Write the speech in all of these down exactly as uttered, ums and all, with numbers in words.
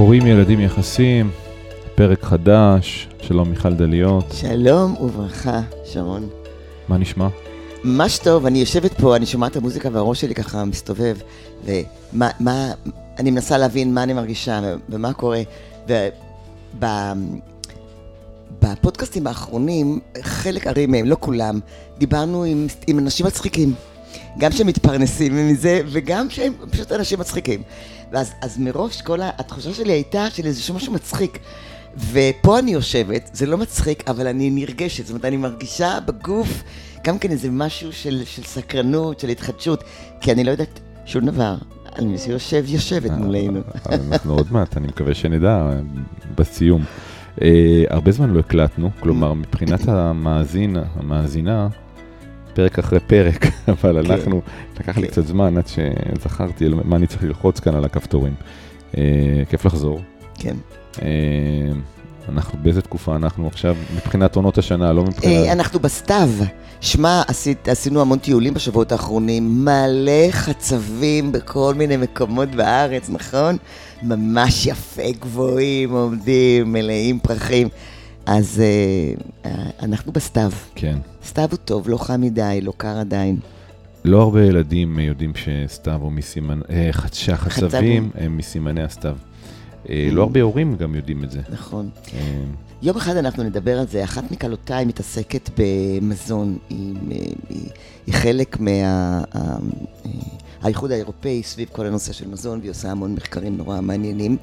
הורים, ילדים, יחסים, פרק חדש. שלום מיכל דליות. שלום וברכה, שרון. מה נשמע? ממש טוב, אני יושבת פה, אני שומעת את המוזיקה והראש שלי ככה מסתובב, ומה, מה, אני מנסה להבין מה אני מרגישה ומה קורה. ובפודקאסטים האחרונים, חלק הרי מהם, לא כולם, דיברנו עם, עם אנשים מצחיקים. גם שהם מתפרנסים מזה, וגם שהם פשוט אנשים מצחיקים. ואז אז מראש כל התחושה שלי הייתה של איזשהו משהו מצחיק. ופה אני יושבת, זה לא מצחיק, אבל אני נרגשת. זאת אומרת, אני מרגישה בגוף גם כן איזה משהו של, של סקרנות, של התחדשות, כי אני לא יודעת שום דבר. אני יושב, יושבת מולנו. אנחנו עוד מעט, אני מקווה שנדע בסיום. הרבה זמן לא הקלטנו, כלומר, מבחינת המאזין, המאזינה, פרק אחרי פרק, אבל אנחנו, לקח לי קצת זמן עד שזכרתי מה אני צריך ללחוץ כאן על הכפתורים. כיף לחזור. כן. אנחנו, באיזה תקופה אנחנו עכשיו, מבחינת עונות השנה, לא מבחינת... אנחנו בסתיו. שמע, עשינו המון טיולים בשבועות האחרונים, מלא חצבים בכל מיני מקומות בארץ, נכון? ממש יפה, גבוהים, עומדים, מלאים פרחים. אז uh, אנחנו בסתיו. כן. סתיו הוא טוב, לא חם מדי, לא קר עדיין. לא הרבה ילדים יודעים שסתיו או מסימנ... שהחצבים הם מסימני הסתיו. לא הרבה הורים גם יודעים את זה. נכון. יום אחד אנחנו נדבר על זה. אחת מקלותיי מתעסקת במזון. היא, היא, היא חלק מהאיחוד האירופאי סביב כל הנושא של מזון, והיא עושה המון מחקרים נורא מעניינים.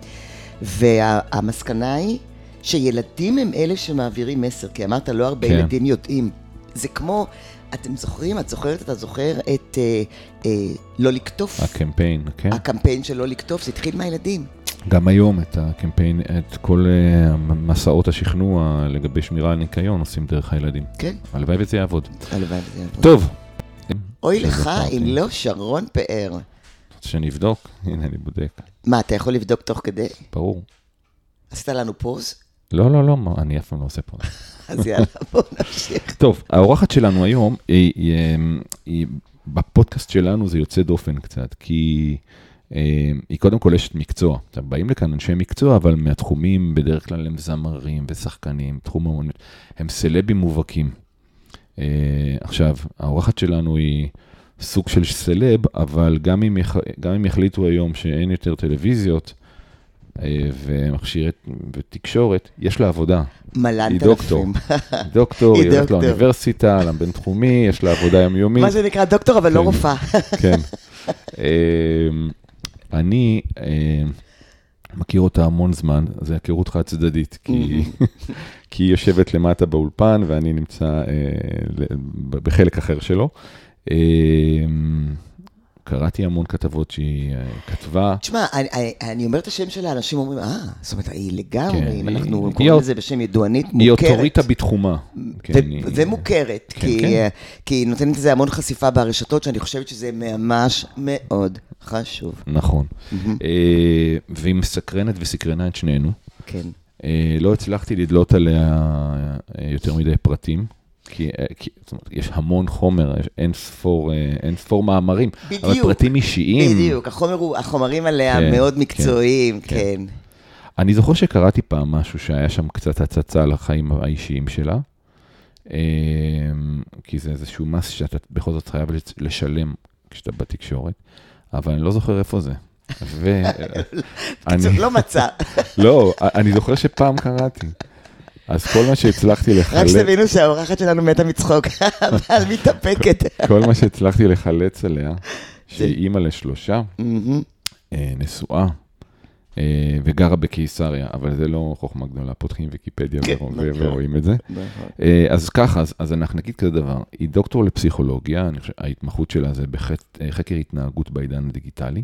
והמסקנה היא שילדים הם אלה שמעבירים מסר, כי אמרת לא הרבה כן. ילדים יודעים. זה כמו, אתם זוכרים, את זוכרת, אתה זוכר את אה, אה, לא לקטוף. הקמפיין, כן. הקמפיין של לא לקטוף, זה התחיל מהילדים. גם היום את הקמפיין, את כל uh, מסעות השכנוע לגבי שמירה על ניקיון עושים דרך הילדים. כן. הלוואי וזה יעבוד. הלוואי וזה יעבוד. טוב. אוי לך, אם לא שרון פאר. שנבדוק, הנה אני בודק. מה, אתה יכול לבדוק תוך כדי? ברור. עשית לנו פוז? לא, לא, לא, אני אף פעם לא עושה פוז. אז יאללה, בואו נמשיך. טוב, האורחת שלנו היום, היא, היא, היא, בפודקאסט שלנו זה יוצא דופן קצת, כי היא קודם כל אשת מקצוע. באים לכאן אנשי מקצוע, אבל מהתחומים בדרך כלל הם זמרים ושחקנים, תחום המוניות, הם סלבים מובהקים. עכשיו, האורחת שלנו היא סוג של סלב, אבל גם אם, גם אם יחליטו היום שאין יותר טלוויזיות, ומכשירת ותקשורת, יש לה עבודה. מלן היא דוקטור. דוקטור, היא הולכת לאוניברסיטה, לבן תחומי, יש לה עבודה יומיומית. מה זה נקרא דוקטור, אבל לא רופאה. כן. אני מכיר אותה המון זמן, זה הכירות חד צדדית, כי היא יושבת למטה באולפן, ואני נמצא בחלק אחר שלו. קראתי המון כתבות שהיא כתבה. תשמע, אני, אני אומר את השם שלה, אנשים אומרים, אה, זאת אומרת, היא לגמרי, כן, אם אנחנו היא, קוראים היא, לזה בשם ידוענית מוכרת. היא אוטוריטה בתחומה. כן, ו- ומוכרת, כן, כי, כן. כי היא נותנת לזה המון חשיפה ברשתות, שאני חושבת שזה ממש מאוד חשוב. נכון. Mm-hmm. והיא מסקרנת וסקרנה את שנינו. כן. לא הצלחתי לדלות עליה יותר מדי פרטים. כי, כי זאת אומרת, יש המון חומר, אין ספור, אין ספור מאמרים, בדיוק, אבל פרטים אישיים. בדיוק, החומר הוא, החומרים עליה כן, מאוד מקצועיים, כן, כן. כן. אני זוכר שקראתי פעם משהו שהיה שם קצת הצצה על החיים האישיים שלה, כי זה איזשהו מס שאתה בכל זאת חייב לשלם כשאתה בתקשורת, אבל אני לא זוכר איפה זה. קצת לא מצא. לא, אני זוכר שפעם קראתי. אז כל מה שהצלחתי לחלץ... רק שתבינו שהאורחת שלנו מתה מצחוק, אבל מתאפקת. כל מה שהצלחתי לחלץ עליה, שהיא אימא לשלושה, נשואה, וגרה בקיסריה, אבל זה לא חוכמה גדולה, פותחים ויקיפדיה ורואים את זה. אז ככה, אז אנחנו נגיד כזה דבר, היא דוקטור לפסיכולוגיה, ההתמחות שלה זה בחקר התנהגות בעידן הדיגיטלי,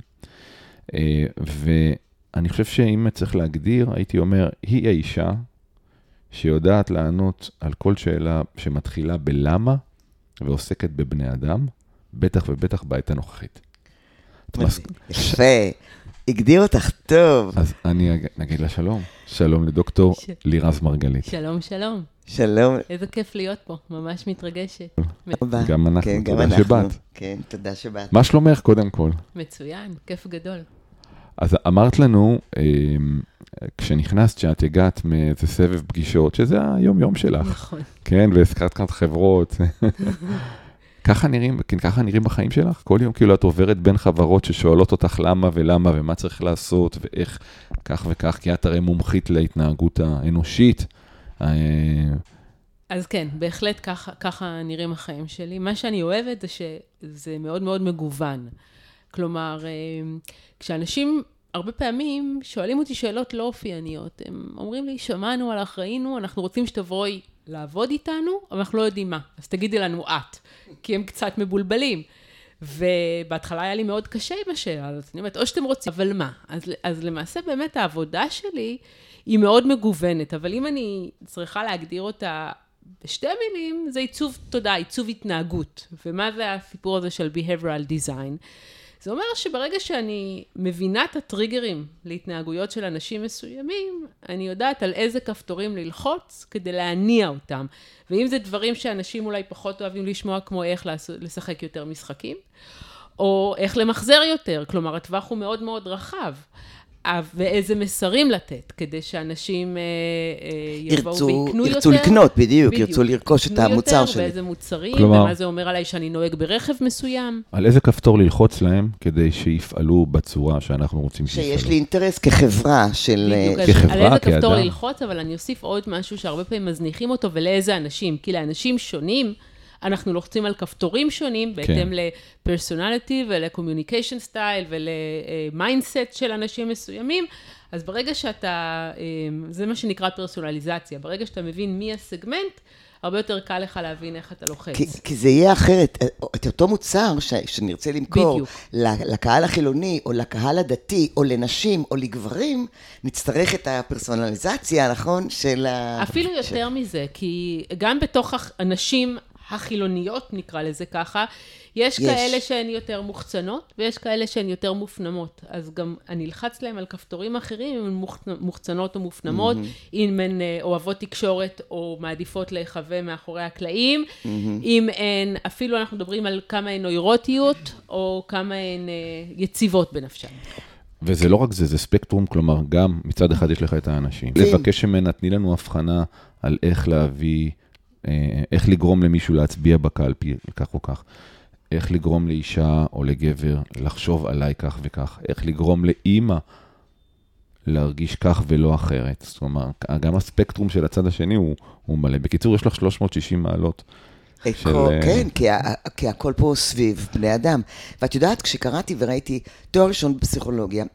ואני חושב שאם צריך להגדיר, הייתי אומר, היא האישה, שיודעת לענות על כל שאלה שמתחילה בלמה, ועוסקת בבני אדם, בטח ובטח בעת הנוכחית. יפה, הגדיר אותך טוב. אז אני נגיד לה שלום. שלום לדוקטור לירז מרגלית. שלום, שלום. שלום. איזה כיף להיות פה, ממש מתרגשת. גם אנחנו, תודה שבאת. כן, תודה שבאת. מה שלומך קודם כל? מצוין, כיף גדול. אז אמרת לנו, כשנכנסת, שאת הגעת מאיזה סבב פגישות, שזה היום-יום שלך. נכון. כן, והזכרת כאן חברות. ככה נראים, כן, ככה נראים בחיים שלך? כל יום כאילו את עוברת בין חברות ששואלות אותך למה ולמה ומה צריך לעשות ואיך כך וכך, כי את הרי מומחית להתנהגות האנושית. אז כן, בהחלט ככה, ככה נראים החיים שלי. מה שאני אוהבת זה שזה מאוד מאוד מגוון. כלומר, כשאנשים הרבה פעמים שואלים אותי שאלות לא אופייניות, הם אומרים לי, שמענו על אחראינו, אנחנו רוצים שתבואי לעבוד איתנו, אבל אנחנו לא יודעים מה. אז תגידי לנו את, כי הם קצת מבולבלים. ובהתחלה היה לי מאוד קשה עם השאלה, אז אני אומרת, או שאתם רוצים, אבל מה? אז, אז למעשה באמת העבודה שלי היא מאוד מגוונת, אבל אם אני צריכה להגדיר אותה בשתי מילים, זה עיצוב תודעה, עיצוב התנהגות. ומה זה הסיפור הזה של behavioral design? זה אומר שברגע שאני מבינה את הטריגרים להתנהגויות של אנשים מסוימים, אני יודעת על איזה כפתורים ללחוץ כדי להניע אותם. ואם זה דברים שאנשים אולי פחות אוהבים לשמוע, כמו איך לשחק יותר משחקים, או איך למחזר יותר, כלומר הטווח הוא מאוד מאוד רחב. ואיזה מסרים לתת, כדי שאנשים יבואו ויקנו יותר. ירצו לקנות, בדיוק, ירצו לרכוש את המוצר שלי. ואיזה מוצרים, ומה זה אומר עליי שאני נוהג ברכב מסוים. על איזה כפתור ללחוץ להם, כדי שיפעלו בצורה שאנחנו רוצים שיפעלו. שיש לי אינטרס כחברה של... כחברה, על איזה כפתור ללחוץ, אבל אני אוסיף עוד משהו שהרבה פעמים מזניחים אותו, ולאיזה אנשים. כי לאנשים שונים, אנחנו לוחצים על כפתורים שונים, בהתאם לפרסונליטי ולקומיוניקיישן סטייל ולמיינדסט של אנשים מסוימים. אז ברגע שאתה, זה מה שנקרא פרסונליזציה, ברגע שאתה מבין מי הסגמנט, הרבה יותר קל לך להבין איך אתה לוחץ. כי, כי זה יהיה אחרת, את אותו מוצר ש, שנרצה למכור לקהל החילוני, או לקהל הדתי, או לנשים, או לגברים, נצטרך את הפרסונליזציה, נכון? של ה... אפילו יותר של... מזה, כי גם בתוך אנשים החילוניות, נקרא לזה ככה, יש, יש כאלה שהן יותר מוחצנות, ויש כאלה שהן יותר מופנמות. אז גם אני אלחץ להם על כפתורים אחרים, אם הן מוחצנות או מופנמות, mm-hmm. אם הן אוהבות תקשורת או מעדיפות להיחווה מאחורי הקלעים, mm-hmm. אם הן, אפילו אנחנו מדברים על כמה הן נוירוטיות, או כמה הן יציבות בנפשן. וזה לא רק זה, זה ספקטרום, כלומר, גם מצד אחד יש לך את האנשים. לבקש שמנה, תני לנו הבחנה על איך להביא, איך לגרום למישהו להצביע בקלפי, כך או כך. איך לגרום לאישה או לגבר לחשוב עליי כך וכך. איך לגרום לאמא להרגיש כך ולא אחרת. זאת אומרת, גם הספקטרום של הצד השני הוא, הוא מלא. בקיצור, יש לך שלוש מאות ושישים מעלות. של... כן, כי, כי הכל פה סביב בני אדם. ואת יודעת, כשקראתי וראיתי תואר ראשון בפסיכולוגיה,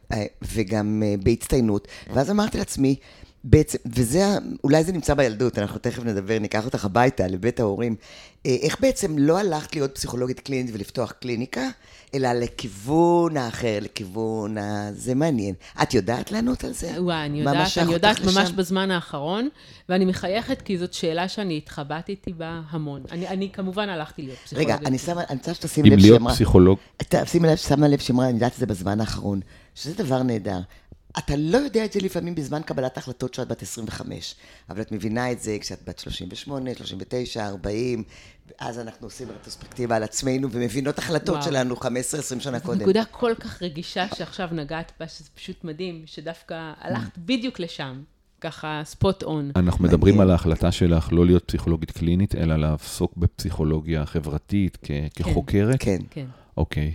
וגם בהצטיינות, ואז אמרתי לעצמי, בעצם, וזה, אולי זה נמצא בילדות, אנחנו תכף נדבר, ניקח אותך הביתה, לבית ההורים. איך בעצם לא הלכת להיות פסיכולוגית קלינית ולפתוח קליניקה, אלא לכיוון האחר, לכיוון ה... זה מעניין. את יודעת לענות על זה? וואי, אני יודעת, אני יודעת ממש בזמן האחרון, ואני מחייכת כי זאת שאלה שאני התחבטתי בה המון. אני, אני כמובן הלכתי להיות פסיכולוגית. רגע, אני שמה, אני רוצה שתשימי לב שאמרה... אם להיות פסיכולוג... תשימי לב שמה לב שאמרה, אני יודעת את זה בזמן האחרון, שזה דבר נהדר. אתה לא יודע את זה לפעמים בזמן קבלת החלטות שאת בת עשרים וחמש, אבל את מבינה את זה כשאת בת שלושים ושמונה, שלושים ותשע, ארבעים, ואז אנחנו עושים רטרוספקטיבה על עצמנו, ומבינות החלטות וואו. שלנו חמש עשרה עשרים שנה קודם. נקודה כל כך רגישה שעכשיו נגעת בה, שזה פשוט מדהים, שדווקא הלכת בדיוק לשם, ככה ספוט און. אנחנו מדברים על ההחלטה שלך לא להיות פסיכולוגית קלינית, אלא לעסוק בפסיכולוגיה חברתית כחוקרת? כן. כן. אוקיי.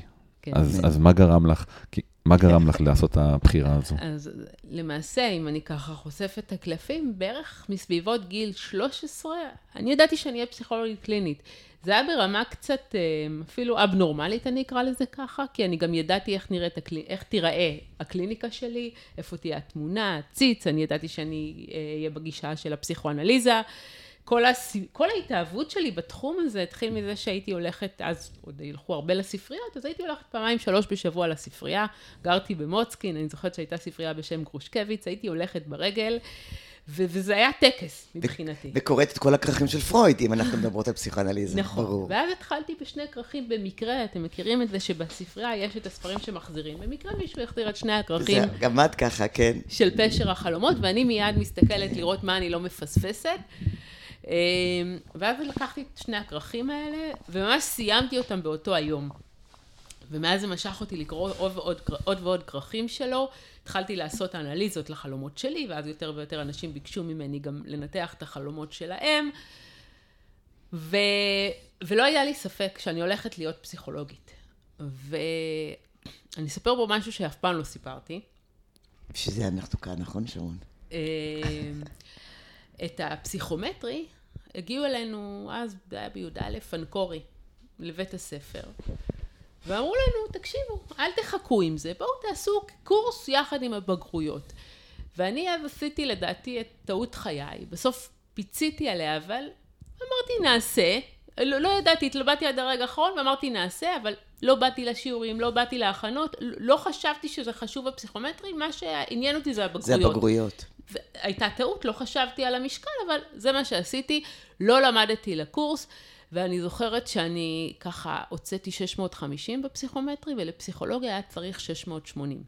אז מה גרם לך? מה גרם לך לעשות את הבחירה הזו? אז למעשה, אם אני ככה חושפת את הקלפים, בערך מסביבות גיל שלוש עשרה, אני ידעתי שאני אהיה פסיכולוגית קלינית. זה היה ברמה קצת, אפילו אבנורמלית, אני אקרא לזה ככה, כי אני גם ידעתי איך נראית, איך תיראה הקליניקה שלי, איפה תהיה התמונה, הציץ, אני ידעתי שאני אהיה בגישה של הפסיכואנליזה, כל, הס... כל ההתאהבות שלי בתחום הזה התחיל מזה שהייתי הולכת, אז עוד ילכו הרבה לספריות, אז הייתי הולכת פעמיים שלוש בשבוע לספרייה, גרתי במוצקין, אני זוכרת שהייתה ספרייה בשם גרושקביץ, הייתי הולכת ברגל, ו... וזה היה טקס מבחינתי. וקוראת את כל הכרכים של פרויד, אם אנחנו מדברות על פסיכואנליזה. נכון, ברור. ואז התחלתי בשני כרכים במקרה, אתם מכירים את זה שבספרייה יש את הספרים שמחזירים, במקרה מישהו יחזיר את שני הכרכים. זה גם את ככה, כן. של פשר החלומות, ואני מיד מסתכלת לראות מה אני לא מפספסת. ואז לקחתי את שני הכרכים האלה, וממש סיימתי אותם באותו היום. ומאז זה משך אותי לקרוא עוד ועוד, עוד ועוד כרכים שלו, התחלתי לעשות אנליזות לחלומות שלי, ואז יותר ויותר אנשים ביקשו ממני גם לנתח את החלומות שלהם, ו... ולא היה לי ספק שאני הולכת להיות פסיכולוגית. ואני אספר בו משהו שאף פעם לא סיפרתי. שזה אנחנו כאן, נכון שרון? את הפסיכומטרי הגיעו אלינו, אז זה היה בי"א פנקורי, לבית הספר. ואמרו לנו, תקשיבו, אל תחכו עם זה, בואו תעשו קורס יחד עם הבגרויות. ואני אז עשיתי לדעתי את טעות חיי. בסוף פיציתי עליה, אבל אמרתי נעשה. לא, לא ידעתי, התלבטתי עד הרגע האחרון ואמרתי נעשה, אבל לא באתי לשיעורים, לא באתי להכנות, לא חשבתי שזה חשוב בפסיכומטרי, מה שעניין אותי זה הבגרויות. זה הבגרויות. הייתה טעות, לא חשבתי על המשקל, אבל זה מה שעשיתי, לא למדתי לקורס, ואני זוכרת שאני ככה הוצאתי שש מאות וחמישים בפסיכומטרי, ולפסיכולוגיה היה צריך שש מאות ושמונים.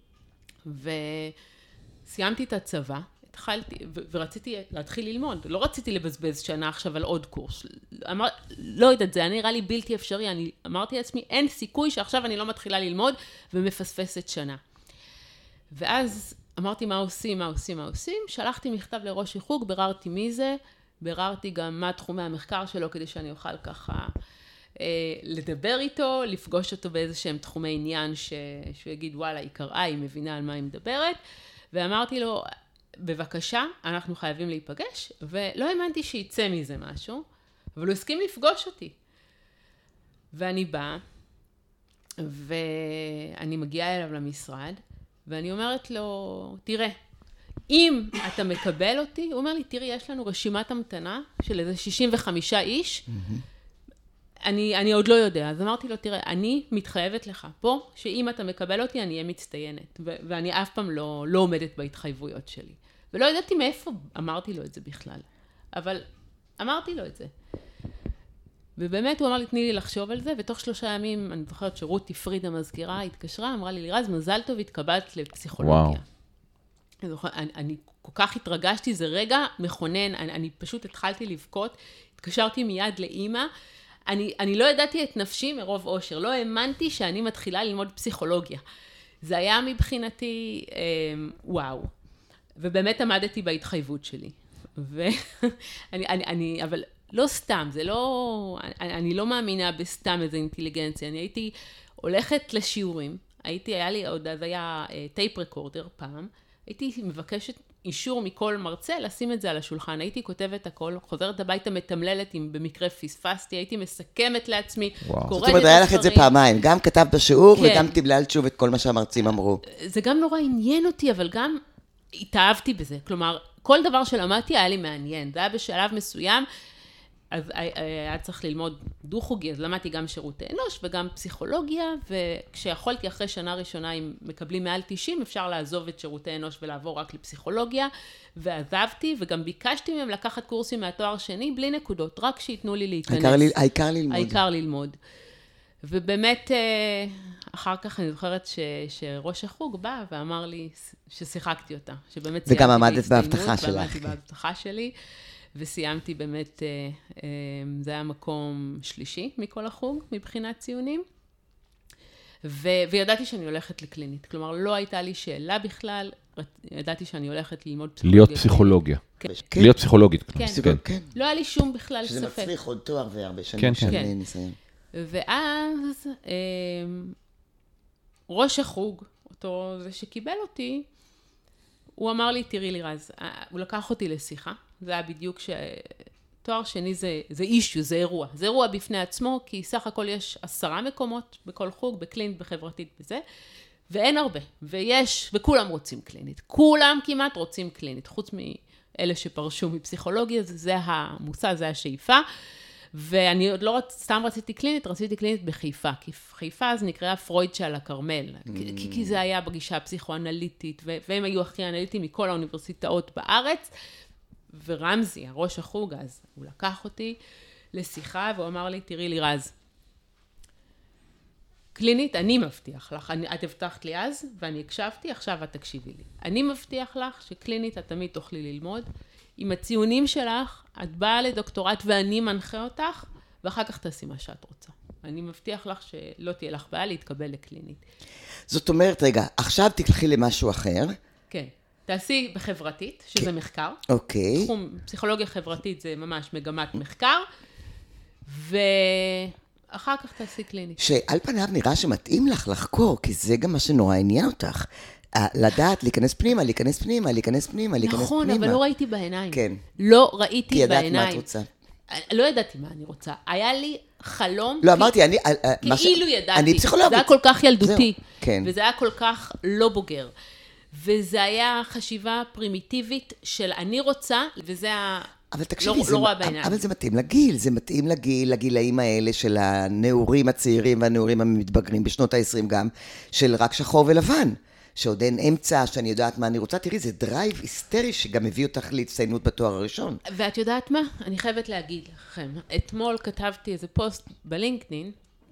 וסיימתי את הצבא, התחלתי, ו- ורציתי להתחיל ללמוד, לא רציתי לבזבז שנה עכשיו על עוד קורס, אמר, לא יודעת, זה היה נראה לי בלתי אפשרי, אני אמרתי לעצמי, אין סיכוי שעכשיו אני לא מתחילה ללמוד ומפספסת שנה. ואז אמרתי מה עושים, מה עושים, מה עושים, שלחתי מכתב לראש החוג, בררתי מי זה, בררתי גם מה תחומי המחקר שלו, כדי שאני אוכל ככה אה, לדבר איתו, לפגוש אותו באיזה שהם תחומי עניין, ש... שהוא יגיד וואלה, היא קראה, היא מבינה על מה היא מדברת, ואמרתי לו, בבקשה, אנחנו חייבים להיפגש, ולא האמנתי שיצא מזה משהו, אבל הוא הסכים לפגוש אותי. ואני באה, ואני מגיעה אליו למשרד, ואני אומרת לו, תראה, אם אתה מקבל אותי, הוא אומר לי, תראי, יש לנו רשימת המתנה של איזה שישים וחמישה איש, אני, אני עוד לא יודע. אז אמרתי לו, תראה, אני מתחייבת לך פה, שאם אתה מקבל אותי, אני אהיה מצטיינת, ו- ואני אף פעם לא, לא עומדת בהתחייבויות שלי. ולא ידעתי מאיפה אמרתי לו את זה בכלל, אבל אמרתי לו את זה. ובאמת הוא אמר לי, תני לי לחשוב על זה, ותוך שלושה ימים, אני זוכרת שרותי פריד המזכירה, התקשרה, אמרה לי, לירז, מזל טוב, התקבלת לפסיכולוגיה. וואו. אני, זוכרת, אני, אני כל כך התרגשתי, זה רגע מכונן, אני, אני פשוט התחלתי לבכות, התקשרתי מיד לאמא, אני, אני לא ידעתי את נפשי מרוב אושר, לא האמנתי שאני מתחילה ללמוד פסיכולוגיה. זה היה מבחינתי, אה, וואו. ובאמת עמדתי בהתחייבות שלי. ואני, אני, אני, אבל לא סתם, זה לא, אני, אני לא מאמינה בסתם איזו אינטליגנציה. אני הייתי הולכת לשיעורים, הייתי, היה לי עוד, אז היה טייפ רקורדר פעם, הייתי מבקשת אישור מכל מרצה, לשים את זה על השולחן. הייתי כותבת הכל, חוזרת הביתה מתמללת אם במקרה פספסתי, הייתי מסכמת לעצמי, קוראת את הספרים. זאת אומרת, היה לך את זה פעמיים, גם כתבת בשיעור וגם תבללת שוב את כל מה שהמרצים אמרו. זה גם נורא עניין אותי, אבל גם התאהבתי בזה. כלומר, כל דבר שלמדתי היה לי מעניין. זה היה בשלב מסוים, אז היה צריך ללמוד דו-חוגי, אז למדתי גם שירותי אנוש וגם פסיכולוגיה, וכשיכולתי אחרי שנה ראשונה, אם מקבלים מעל תשעים, אפשר לעזוב את שירותי אנוש ולעבור רק לפסיכולוגיה, ועזבתי, וגם ביקשתי מהם לקחת קורסים מהתואר שני, בלי נקודות, רק שיתנו לי להיכנס. העיקר ללמוד. העיקר ללמוד. ובאמת, אחר כך אני זוכרת ש, שראש החוג בא ואמר לי ששיחקתי אותה, שבאמת וגם עמדת בהבטחה שלך. ועמדתי בהבטחה שלי. וסיימתי באמת, זה היה מקום שלישי מכל החוג, מבחינת ציונים. ו- וידעתי שאני הולכת לקלינית. כלומר, לא הייתה לי שאלה בכלל, ידעתי שאני הולכת ללמוד פסיכולוגיה. להיות פסיכולוגיה. כן. להיות פסיכולוגית. כן. כן. כן. לא היה לי שום בכלל שזה ספק. שזה מצריך עוד תואר והרבה שנים כן, של כן. ניסיון. ואז ראש החוג, אותו זה שקיבל אותי, הוא אמר לי, תראי לירז, הוא לקח אותי לשיחה, זה היה בדיוק שתואר שני זה, זה אישיו, זה אירוע. זה אירוע בפני עצמו, כי סך הכל יש עשרה מקומות בכל חוג, בקלינית, בחברתית וזה, ואין הרבה. ויש, וכולם רוצים קלינית. כולם כמעט רוצים קלינית, חוץ מאלה שפרשו מפסיכולוגיה, זה, זה המושא, זה השאיפה. ואני עוד לא רצ... סתם רציתי קלינית, רציתי קלינית בחיפה, כי חיפה אז נקראה פרויד של הכרמל, mm. כי, כי זה היה בגישה הפסיכואנליטית, ו... והם היו הכי אנליטיים מכל האוניברסיטאות בארץ, ורמזי, הראש החוג, אז הוא לקח אותי לשיחה, והוא אמר לי, תראי לי רז, קלינית, אני מבטיח לך, אני, את הבטחת לי אז, ואני הקשבתי, עכשיו את תקשיבי לי. אני מבטיח לך שקלינית את תמיד תוכלי ללמוד, עם הציונים שלך, את באה לדוקטורט ואני מנחה אותך, ואחר כך תעשי מה שאת רוצה. אני מבטיח לך שלא תהיה לך בעיה להתקבל לקלינית. זאת אומרת, רגע, עכשיו תלכי למשהו אחר. כן. תעשי בחברתית, שזה כן. מחקר. אוקיי. תחום פסיכולוגיה חברתית זה ממש מגמת מחקר, ואחר כך תעשי קלינית. שעל פניו נראה שמתאים לך לחקור, כי זה גם מה שנורא עניין אותך. לדעת, להיכנס פנימה, להיכנס פנימה, להיכנס פנימה, להיכנס נכון, פנימה. אבל לא ראיתי בעיניים. כן. לא ראיתי כי ידעת בעיניים. מה את רוצה. לא ידעתי מה אני רוצה. היה לי חלום. לא, אמרתי, אני... כאילו ידעתי. אני פסיכולוגית. זה היה כל כך ילדותי. כן. וזה היה כל כך לא בוגר. וזה היה חשיבה פרימיטיבית של אני רוצה, וזה היה... אבל תקשיבי, לא, זה, לא רואה בעיניים. אבל זה מתאים לגיל, זה מתאים לגיל, לגילאים האלה של הנעורים הצעירים והנעורים המתבגרים בשנות ה-עשרים גם, של רק שחור ולבן, שעוד אין אמצע, שאני יודעת מה אני רוצה. תראי, זה דרייב היסטרי שגם מביא אותך להצטיינות בתואר הראשון. ואת יודעת מה? אני חייבת להגיד לכם, אתמול כתבתי איזה פוסט בלינקדאין,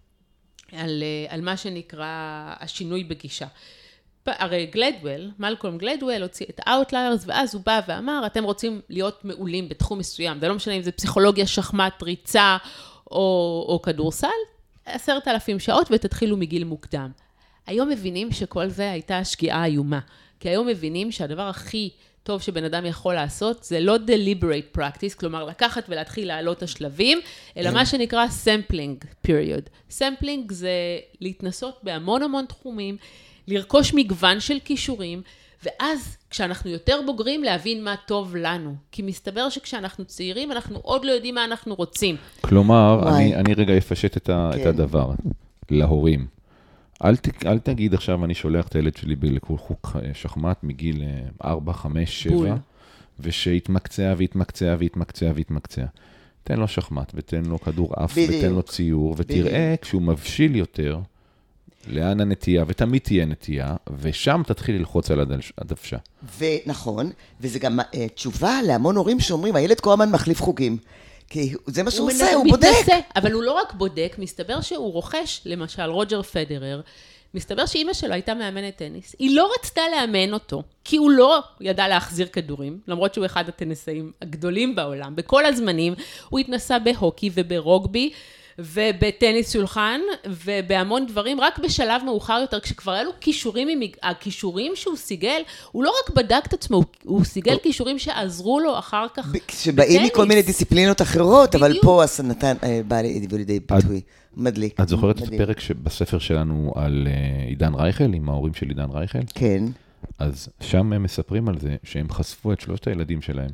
על, על מה שנקרא השינוי בגישה. הרי גלדוול, מלקולם גלדוול, הוציא את Outliers, ואז הוא בא ואמר, אתם רוצים להיות מעולים בתחום מסוים, זה לא משנה אם זה פסיכולוגיה, שחמט, ריצה או, או כדורסל, עשרת אלפים שעות ותתחילו מגיל מוקדם. היום מבינים שכל זה הייתה שגיאה איומה, כי היום מבינים שהדבר הכי טוב שבן אדם יכול לעשות, זה לא deliberate practice, כלומר לקחת ולהתחיל לעלות השלבים, אלא מה שנקרא sampling period. sampling זה להתנסות בהמון המון תחומים, לרכוש מגוון של כישורים, ואז כשאנחנו יותר בוגרים להבין מה טוב לנו. כי מסתבר שכשאנחנו צעירים, אנחנו עוד לא יודעים מה אנחנו רוצים. כלומר, אני, אני רגע אפשט את, ה, כן. את הדבר להורים. אל, ת, אל תגיד עכשיו, אני שולח את הילד שלי לחוג שחמט מגיל ארבע, חמש, שבע, ושהתמקצע והתמקצע והתמקצע והתמקצע. תן לו שחמט, ותן לו כדור אף, בדיוק. ותן לו ציור, ותראה בדיוק. כשהוא מבשיל יותר, לאן הנטייה, ותמיד תהיה נטייה, ושם תתחיל ללחוץ על הדוושה. ונכון, וזה גם uh, תשובה להמון הורים שאומרים, הילד כל הזמן מחליף חוגים. כי זה מה שהוא עושה, הוא, הוא בודק. מתנסה, אבל הוא לא רק בודק, מסתבר שהוא רוכש, למשל רוג'ר פדרר, מסתבר שאימא שלו הייתה מאמנת טניס, היא לא רצתה לאמן אותו, כי הוא לא ידע להחזיר כדורים, למרות שהוא אחד הטניסאים הגדולים בעולם, בכל הזמנים הוא התנסה בהוקי וברוגבי, ובטניס שולחן, ובהמון דברים, רק בשלב מאוחר יותר, כשכבר היה לו כישורים, הכישורים שהוא סיגל, הוא לא רק בדק את עצמו, הוא סיגל כישורים שעזרו לו אחר כך בטניס. שבאים מכל מיני דיסציפלינות אחרות, אבל פה הסנתן בא לידי ביטוי, מדליק. את זוכרת את הפרק בספר שלנו על עידן רייכל, עם ההורים של עידן רייכל? כן. אז שם הם מספרים על זה, שהם חשפו את שלושת הילדים שלהם,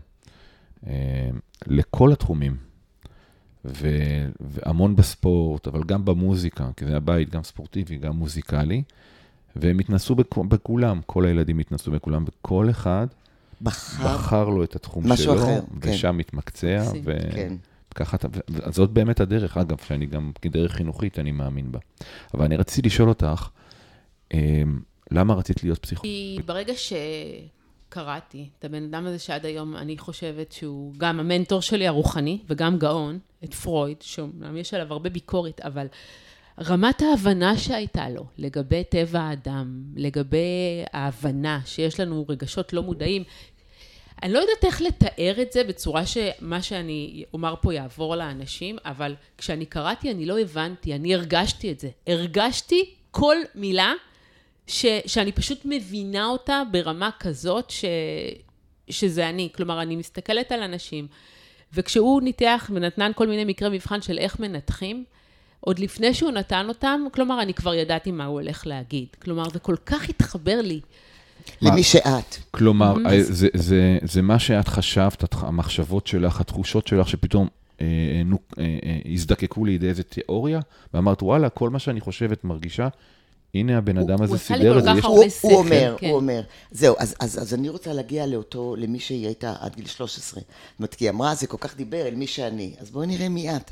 לכל התחומים. ו- והמון בספורט, אבל גם במוזיקה, כי זה הבית גם ספורטיבי, גם מוזיקלי, והם התנסו בכ- בכולם, כל הילדים התנסו בכולם, וכל אחד בחר, בחר לו את התחום משהו שלו, אחר, ושם מתמקצע, כן. וככה, אז זאת באמת הדרך, אגב, שאני גם כדרך חינוכית אני מאמין בה. אבל אני רציתי לשאול אותך, למה רצית להיות פסיכולוגית? כי ברגע ש... קראתי את הבן אדם הזה שעד היום אני חושבת שהוא גם המנטור שלי הרוחני וגם גאון, את פרויד, שיש עליו הרבה ביקורת, אבל רמת ההבנה שהייתה לו לגבי טבע האדם, לגבי ההבנה שיש לנו רגשות לא מודעים, אני לא יודעת איך לתאר את זה בצורה שמה שאני אומר פה יעבור לאנשים, אבל כשאני קראתי אני לא הבנתי, אני הרגשתי את זה. הרגשתי כל מילה ש, שאני פשוט מבינה אותה ברמה כזאת ש, שזה אני. כלומר, אני מסתכלת על אנשים, וכשהוא ניתח ונתנן כל מיני מקרי מבחן של איך מנתחים, עוד לפני שהוא נתן אותם, כלומר, אני כבר ידעתי מה הוא הולך להגיד. כלומר, זה כל כך התחבר לי. למי שאת. כלומר, זה, זה, זה מה שאת חשבת, המחשבות שלך, התחושות שלך, שפתאום אה, אה, אה, הזדקקו לידי איזה תיאוריה, ואמרת, וואלה, כל מה שאני חושבת מרגישה, הנה הבן אדם הזה סידר את זה. הוא אומר, הוא אומר. זהו, אז אני רוצה להגיע לאותו, למי שהיא הייתה עד גיל שלוש עשרה. זאת אומרת, כי אמרה, זה כל כך דיבר אל מי שאני. אז בואי נראה מי את.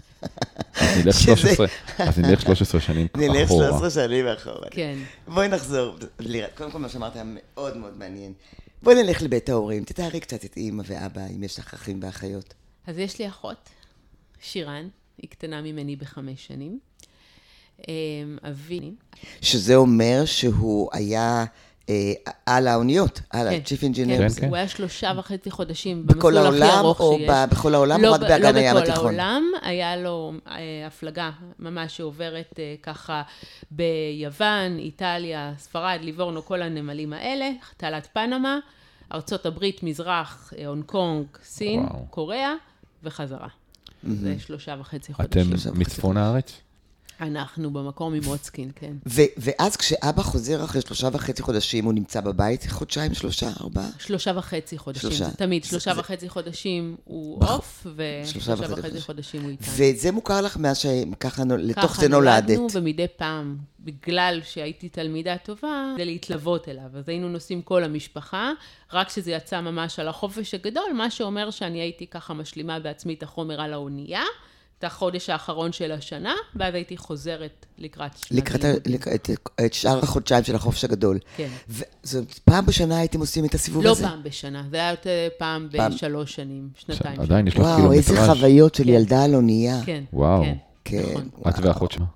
אז נלך שלוש עשרה שנים אחורה. נלך שלוש עשרה שנים אחורה. כן. בואי נחזור. קודם כל מה שאמרת היה מאוד מאוד מעניין. בואי נלך לבית ההורים. תתארי קצת את אמא ואבא, אם יש לך אחים ואחיות. אז יש לי אחות, שירן, היא קטנה ממני בחמש שנים. אבי. שזה אומר שהוא היה על האוניות, על ה-Chief Engineer. הוא היה שלושה וחצי חודשים בכל העולם, או בכל העולם, או רק באגן הים התיכון? לא בכל העולם, היה לו הפלגה ממש שעוברת ככה ביוון, איטליה, ספרד, ליבורנו, כל הנמלים האלה, תעלת פנמה, ארצות הברית, מזרח, הונג קונג, סין, קוריאה, וחזרה. זה שלושה וחצי חודשים. אתם מצפון הארץ? אנחנו במקום עם מוצקין, כן. ואז כשאבא חוזר אחרי שלושה וחצי חודשים, הוא נמצא בבית חודשיים, שלושה, ארבעה? שלושה וחצי חודשים, זה תמיד. שלושה וחצי חודשים הוא אוף, ושלושה וחצי חודשים הוא איתנו. וזה מוכר לך מאז שככה לתוך זה נולדת? ככה נולדנו, ומדי פעם, בגלל שהייתי תלמידה טובה, זה להתלוות אליו. אז היינו נוסעים כל המשפחה, רק שזה יצא ממש על החופש הגדול, מה שאומר שאני הייתי ככה משלימה בעצמי את החומר על האונייה, את החודש האחרון של השנה, ואז הייתי חוזרת לקראת שנת לקראת את שאר החודשיים של החופש הגדול. כן. וזאת פעם בשנה הייתם עושים את הסיבוב הזה? לא פעם בשנה, זה היה פעם בשלוש שנים, שנתיים. עדיין יש לך קילומטראז'. וואו, איזה חוויות של ילדה על אונייה. כן, וואו. כן. את ואחות שמה.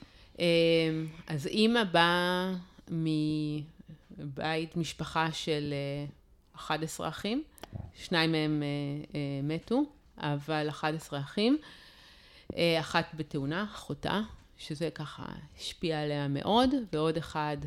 אז אימא באה מבית משפחה של אחד עשר אחים, שניים מהם מתו, אבל אחד עשר אחים. אחת בתאונה, אחותה, שזה ככה השפיע עליה מאוד, ועוד אחד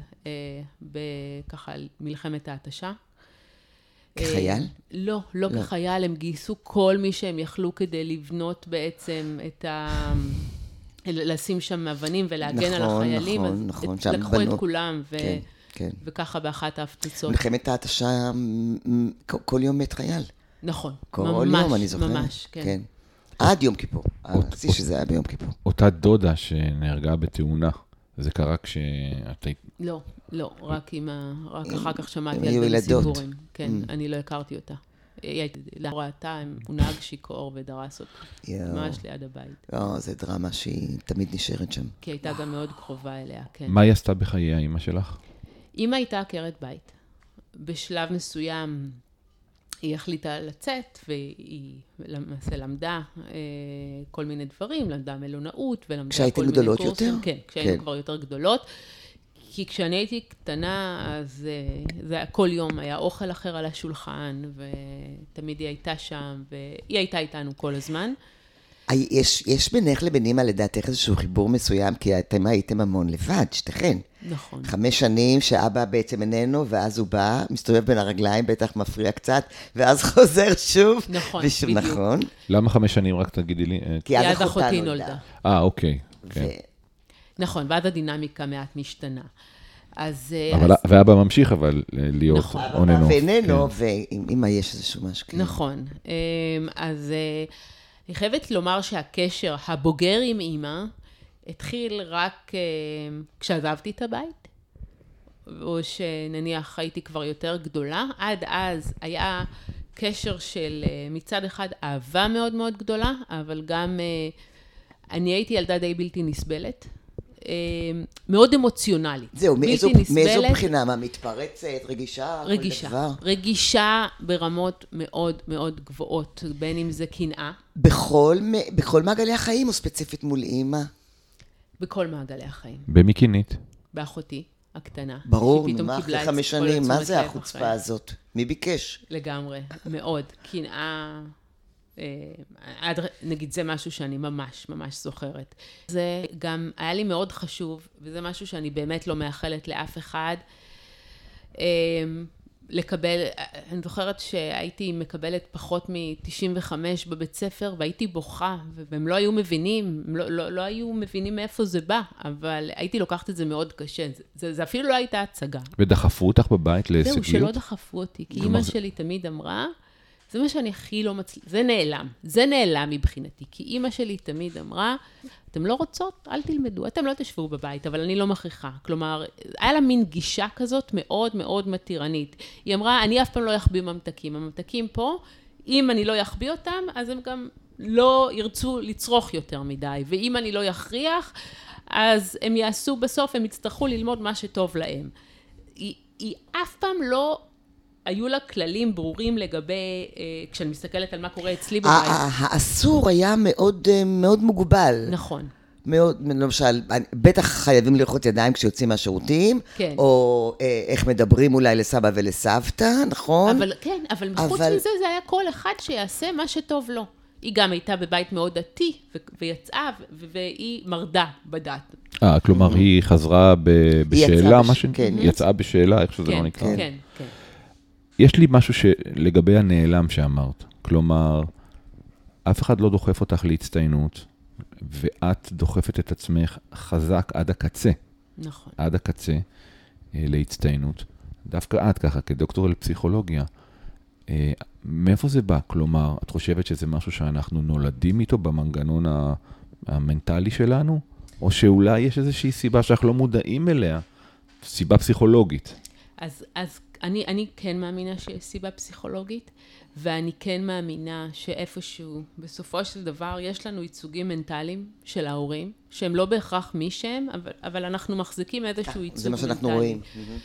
בככה מלחמת ההתשה. כחייל? לא, לא כחייל, הם גייסו כל מי שהם יכלו כדי לבנות בעצם את ה... לשים שם אבנים ולהגן על החיילים. נכון, נכון, נכון. לקחו את כולם, וככה באחת ההפצצות. מלחמת ההתשה, כל יום מת חייל. נכון, כל יום, אני זוכר. ממש, כן. עד יום כיפור. עשי שזה היה ביום כיפור. אותה דודה שנהרגה בתאונה, זה קרה כשאת... לא, לא, רק אחר כך שמעתי על בין סיפורים. כן, אני לא הכרתי אותה. היא הייתה ראתה, הוא נהג שיקור ודרס אותה. ממש ליד הבית. לא, זה דרמה שהיא תמיד נשארת שם. כי הייתה גם מאוד קרובה אליה, כן. מה היא עשתה בחיי האמא שלך? אמא הייתה עקרת בית. בשלב מסוים היא החליטה לצאת, והיא למעשה למדה כל מיני דברים, למדה מלונאות, ולמדה כל מיני קורסים. כשהייתם גדולות יותר? כן, כשהיינו כבר יותר גדולות. כי כשאני הייתי קטנה, אז זה היה כל יום, היה אוכל אחר על השולחן, ותמיד היא הייתה שם, והיא הייתה איתנו כל הזמן. יש, יש בינך לבין אמא לדעתך איזשהו חיבור מסוים, כי אתם הייתם המון לבד, שתיכן. נכון. חמש שנים שאבא בעצם איננו, ואז הוא בא, מסתובב בין הרגליים, בטח מפריע קצת, ואז חוזר שוב. נכון, ושוב, בדיוק. נכון. למה חמש שנים? רק תגידי לי. כי אז אחותי נולדה. אה, אוקיי. כן. נכון, ואז הדינמיקה מעט משתנה. אז... אבל, אז... ואבא ממשיך אבל להיות נכון. אוננו. אבא ואיננו, כן. ואמא יש איזשהו משהו. נכון. אז אני חייבת לומר שהקשר הבוגר עם אמא, התחיל רק כשעזבתי את הבית, או שנניח הייתי כבר יותר גדולה. עד אז היה קשר של מצד אחד אהבה מאוד מאוד גדולה, אבל גם אני הייתי ילדה די בלתי נסבלת. מאוד אמוציונלית. זהו, מאיזו, מאיזו בחינה? מה, מתפרצת, רגישה? רגישה. רגישה ברמות מאוד מאוד גבוהות, בין אם זה קנאה. בכל, בכל מעגלי החיים או ספציפית מול אימא? בכל מעגלי החיים. במי קינית? באחותי הקטנה. ברור, מה אחרי חמש שנים? מה זה החוצפה הזאת? מי ביקש? לגמרי, מאוד. קנאה... נגיד זה משהו שאני ממש ממש זוכרת. זה גם היה לי מאוד חשוב, וזה משהו שאני באמת לא מאחלת לאף אחד, לקבל, אני זוכרת שהייתי מקבלת פחות מ-תשעים וחמש בבית ספר, והייתי בוכה, והם לא היו מבינים, הם לא, לא, לא היו מבינים מאיפה זה בא, אבל הייתי לוקחת את זה מאוד קשה, זה, זה, זה אפילו לא הייתה הצגה. ודחפו אותך בבית להישגיות? זהו, שלא דחפו אותי, כי אמא שלי תמיד אמרה, זה מה שאני הכי לא מצליח, זה נעלם, זה נעלם מבחינתי, כי אמא שלי תמיד אמרה, אתם לא רוצות, אל תלמדו, אתם לא תשבו בבית, אבל אני לא מכריחה. כלומר, היה לה מין גישה כזאת מאוד מאוד מתירנית. היא אמרה, אני אף פעם לא יחביא ממתקים, הממתקים פה, אם אני לא יחביא אותם, אז הם גם לא ירצו לצרוך יותר מדי, ואם אני לא יכריח, אז הם יעשו בסוף, הם יצטרכו ללמוד מה שטוב להם. היא, היא אף פעם לא... היו לה כללים ברורים לגבי, כשאני מסתכלת על מה קורה אצלי בבית. האסור היה מאוד, מאוד מוגבל. נכון. מאוד, למשל, בטח חייבים לרחוץ ידיים כשיוצאים מהשירותים, כן. או אה, איך מדברים אולי לסבא ולסבתא, נכון? אבל כן, אבל מחוץ אבל... מזה זה היה כל אחד שיעשה מה שטוב לו. היא גם הייתה בבית מאוד דתי, ו- ויצאה, ו- והיא מרדה בדת. אה, כלומר, היא חזרה ב- בשאלה, מה ש... כן. יצאה בשאלה, איך שזה כן, לא נקרא. כן, כן, כן. יש לי משהו שלגבי הנעלם שאמרת, כלומר, אף אחד לא דוחף אותך להצטיינות, ואת דוחפת את עצמך חזק עד הקצה. נכון. עד הקצה להצטיינות. דווקא את ככה, כדוקטור לפסיכולוגיה, מאיפה זה בא? כלומר, את חושבת שזה משהו שאנחנו נולדים איתו במנגנון המנטלי שלנו? או שאולי יש איזושהי סיבה שאנחנו לא מודעים אליה? סיבה פסיכולוגית. אז, אז אני, אני כן מאמינה שיש סיבה פסיכולוגית, ואני כן מאמינה שאיפשהו, בסופו של דבר, יש לנו ייצוגים מנטליים של ההורים, שהם לא בהכרח מי שהם, אבל, אבל אנחנו מחזיקים איזשהו ייצוג מנטלי. זה מה שאנחנו רואים.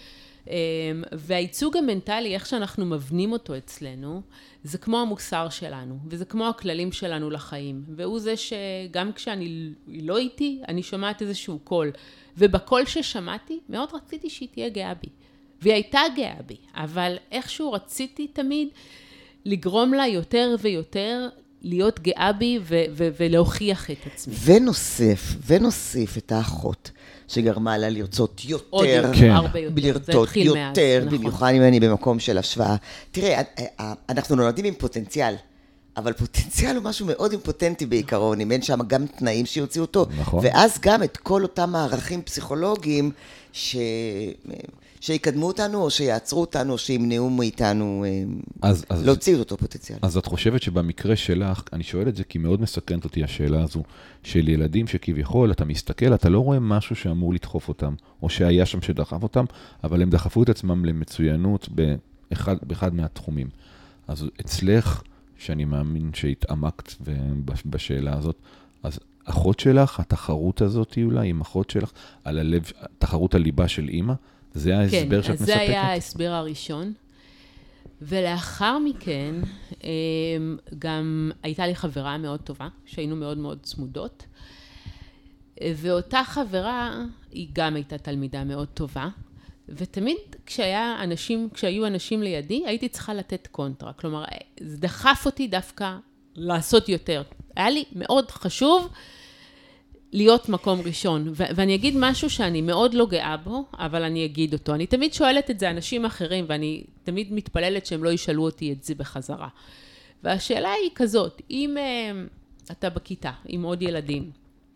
והייצוג המנטלי, איך שאנחנו מבנים אותו אצלנו, זה כמו המוסר שלנו, וזה כמו הכללים שלנו לחיים. והוא זה שגם כשאני לא איתי, אני שומעת איזשהו קול. ובקול ששמעתי, מאוד רציתי שהיא תהיה גאה בי. והיא הייתה גאה בי, אבל איכשהו רציתי תמיד לגרום לה יותר ויותר להיות גאה בי ו- ו- ולהוכיח את עצמי. ונוסף, ונוסיף את האחות, שגרמה לה לרצות יותר. עוד יותר, כן. הרבה יותר. לרצות יותר, נכון. במיוחד אם אני במקום של השוואה. תראה, אנחנו נולדים עם פוטנציאל, אבל פוטנציאל הוא משהו מאוד אימפוטנטי בעיקרון, אם אין שם גם תנאים שיוציאו אותו. נכון. ואז גם את כל אותם מערכים פסיכולוגיים ש... שיקדמו אותנו, או שיעצרו אותנו, או שימנעו מאיתנו אז, אז, להוציא אותו פוטנציאל. אז את חושבת שבמקרה שלך, אני שואל את זה כי מאוד מסקרנת אותי השאלה הזו, של ילדים שכביכול, אתה מסתכל, אתה לא רואה משהו שאמור לדחוף אותם, או שהיה שם שדחף אותם, אבל הם דחפו את עצמם למצוינות באחד, באחד מהתחומים. אז אצלך, שאני מאמין שהתעמקת בשאלה הזאת, אז אחות שלך, התחרות הזאת אולי, עם אחות שלך, על הלב, תחרות הליבה של אמא, זה ההסבר שאת מספקת? כן, אז זה היה ההסבר הראשון. ולאחר מכן, גם הייתה לי חברה מאוד טובה, שהיינו מאוד מאוד צמודות. ואותה חברה, היא גם הייתה תלמידה מאוד טובה. ותמיד כשהיה אנשים, כשהיו אנשים לידי, הייתי צריכה לתת קונטרה. כלומר, זה דחף אותי דווקא לעשות יותר. היה לי מאוד חשוב להיות מקום ראשון. ו- ואני אגיד משהו שאני מאוד לא גאה בו, אבל אני אגיד אותו. אני תמיד שואלת את זה אנשים אחרים, ואני תמיד מתפללת שהם לא ישאלו אותי את זה בחזרה. והשאלה היא כזאת, אם uh, אתה בכיתה עם עוד ילדים,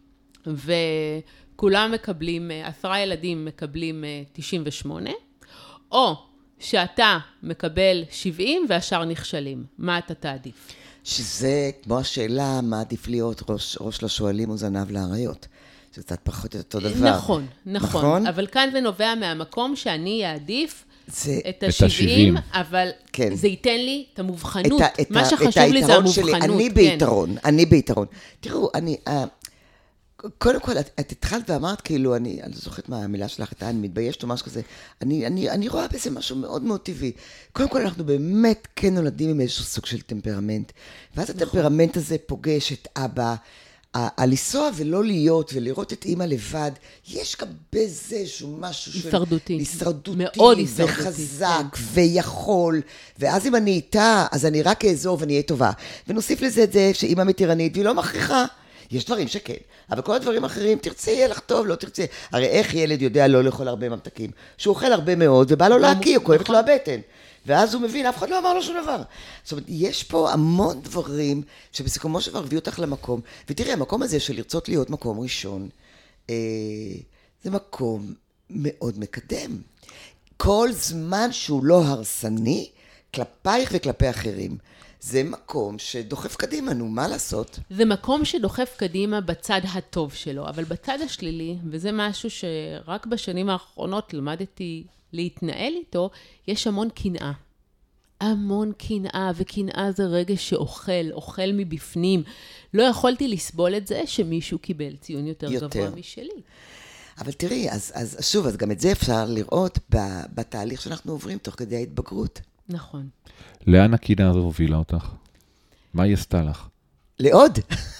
וכולם מקבלים, עשרה ילדים מקבלים uh, תשעים ושמונה, או שאתה מקבל שבעים והשאר נכשלים, מה אתה תעדיף? שזה כמו השאלה, מה עדיף להיות ראש, ראש לשואלים וזנב לאריות. זה קצת פחות אותו דבר. נכון, נכון. נכון? אבל כאן זה נובע מהמקום שאני אעדיף זה... את ה-שבעים, אבל כן. זה ייתן לי את המובחנות. את ה, מה את שחשוב לי זה המובחנות. שלי, אני כן. ביתרון, אני ביתרון. תראו, אני... Uh, קודם כל, את, את התחלת ואמרת, כאילו, אני, אני זוכרת מה המילה שלך, אתה, אני מתביישת או משהו כזה. אני, אני, אני רואה בזה משהו מאוד מאוד טבעי. קודם כל, אנחנו באמת כן נולדים עם איזשהו סוג של טמפרמנט. ואז נכון. הטמפרמנט הזה פוגש את אבא, הלנסוע ולא להיות, ולראות את אמא לבד, יש גם בזה איזשהו משהו של... הישרדותי. הישרדותי. מאוד הישרדותי. וחזק, כן. ויכול. ואז אם אני איתה, אז אני רק אעזור ואני אהיה טובה. ונוסיף לזה את זה שאמא מתירנית, והיא לא מכריחה. יש דברים שכן, אבל כל הדברים האחרים, תרצי, יהיה לך טוב, לא תרצי. הרי איך ילד יודע לא לאכול הרבה ממתקים? שהוא אוכל הרבה מאוד, ובא לו להקיא, הוא כואבת לו הבטן. ואז הוא מבין, אף אחד לא אמר לו שום דבר. זאת אומרת, יש פה המון דברים שבסיכומו של דבר הביאו אותך למקום. ותראי, המקום הזה של לרצות להיות מקום ראשון, אה, זה מקום מאוד מקדם. כל זמן שהוא לא הרסני, כלפייך וכלפי אחרים. זה מקום שדוחף קדימה, נו, מה לעשות? זה מקום שדוחף קדימה בצד הטוב שלו, אבל בצד השלילי, וזה משהו שרק בשנים האחרונות למדתי להתנהל איתו, יש המון קנאה. המון קנאה, וקנאה זה רגש שאוכל, אוכל מבפנים. לא יכולתי לסבול את זה שמישהו קיבל ציון יותר, יותר. גבוה משלי. אבל תראי, אז, אז שוב, אז גם את זה אפשר לראות בתהליך שאנחנו עוברים תוך כדי ההתבגרות. נכון. לאן הקנאה הזו הובילה אותך? מה היא עשתה לך? לעוד.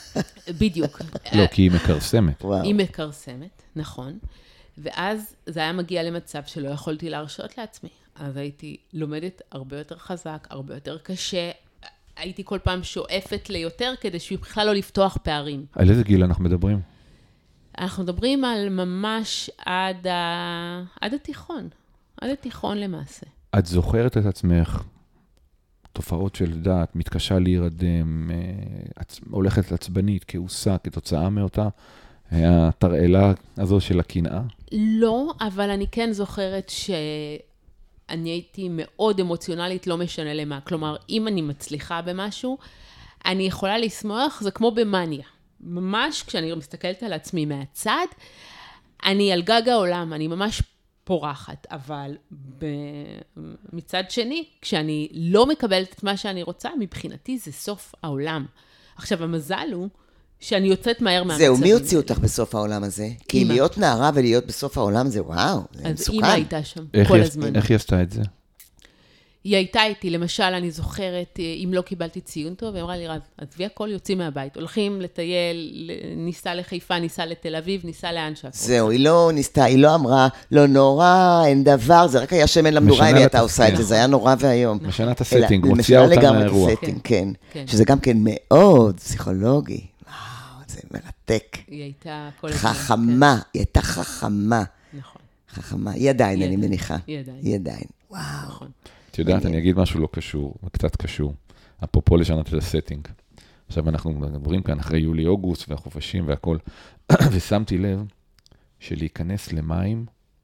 בדיוק. לא, כי היא מקרסמת. היא מקרסמת, נכון. ואז זה היה מגיע למצב שלא יכולתי להרשות לעצמי. אז הייתי לומדת הרבה יותר חזק, הרבה יותר קשה. הייתי כל פעם שואפת ליותר כדי שבכלל לא לפתוח פערים. על איזה גיל אנחנו מדברים? אנחנו מדברים על ממש עד, ה... עד התיכון. עד התיכון למעשה. את זוכרת את עצמך, תופעות של דעת, מתקשה להירדם, עצ... הולכת עצבנית, כעוסה, כתוצאה מאותה התרעלה הזו של הקנאה? לא, אבל אני כן זוכרת שאני הייתי מאוד אמוציונלית, לא משנה למה. כלומר, אם אני מצליחה במשהו, אני יכולה לשמוח, זה כמו במניה. ממש כשאני מסתכלת על עצמי מהצד, אני על גג העולם, אני ממש פורחת, אבל ב... מצד שני, כשאני לא מקבלת את מה שאני רוצה, מבחינתי זה סוף העולם. עכשיו, המזל הוא שאני יוצאת מהר מהמצבים. זהו, מי הוציא אותך בסוף העולם הזה? כי להיות נערה ולהיות בסוף העולם זה וואו, זה מסוכן. אז אמא הייתה שם כל הזמן. איך היא עשתה את זה? היא הייתה איתי, למשל, אני זוכרת, אם לא קיבלתי ציון טוב, היא אמרה לי, רז, עזבי הכל, יוצאים מהבית. הולכים לטייל, ניסה לחיפה, ניסה לתל אביב, ניסה לאן שאת. זהו, היא לא ניסתה, היא לא אמרה, לא נורא, אין דבר, זה רק היה שמן למדורה, אם היא הייתה עושה את זה, זה היה נורא והיום. משנה את הסטינג, מוציאה אותה מהאירוע. כן, שזה גם כן מאוד פסיכולוגי. וואו, זה מרתק. היא הייתה כל הזמן. חכמה, היא הייתה חכמה. נכון. חכמה, היא עדיין, אני מניחה. היא עדיין. היא עדיין. וואו. נכון. את יודעת, אני אגיד משהו לא קשור, קצת קשור. אפרופו לשנות את הסטינג. עכשיו אנחנו מדברים כאן אחרי יולי-אוגוסט והחופשים והכל, ושמתי לב שלהיכנס למים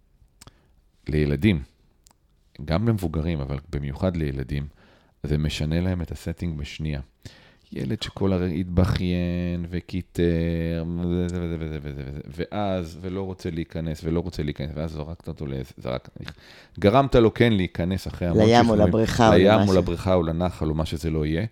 לילדים, גם למבוגרים, אבל במיוחד לילדים, זה משנה להם את הסטינג בשנייה. ילד שכל הרי התבכיין וקיטר, וזה וזה וזה וזה, ואז, ולא רוצה להיכנס, ולא רוצה להיכנס, ואז זרקת אותו, זרק, גרמת לו כן להיכנס אחרי המון לים או לבריכה או לים או לבריכה או לנחל או מה שזה לא יהיה,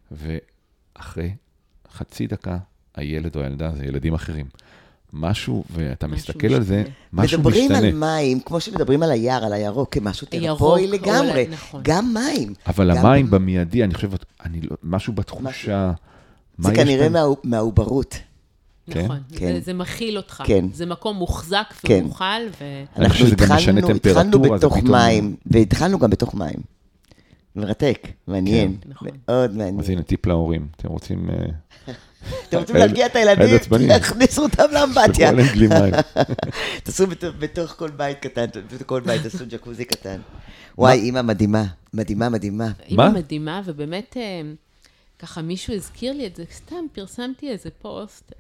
ואחרי חצי דקה, הילד או הילדה, זה ילדים אחרים. משהו, ואתה מסתכל על זה, משהו משתנה. מדברים על מים, כמו שמדברים על היער, על הירוק, כמשהו תרפוי לגמרי. גם מים. אבל המים במיידי, אני חושבת, משהו בתחושה... זה כנראה מהעוברות. נכון, זה מכיל אותך. זה מקום מוחזק ומוכל. אנחנו התחלנו בתוך מים, והתחלנו גם בתוך מים. מרתק, מעניין, מאוד מעניין. אז הנה, טיפ להורים, אתם רוצים... אתם רוצים להרגיע את הילדים, תכניסו אותם לאמבטיה. תעשו בתוך כל בית קטן, בתוך כל בית תעשו ג'קוזי קטן. וואי, אמא מדהימה, מדהימה, מדהימה. אמא מדהימה, ובאמת, ככה מישהו הזכיר לי את זה, סתם פרסמתי איזה פוסט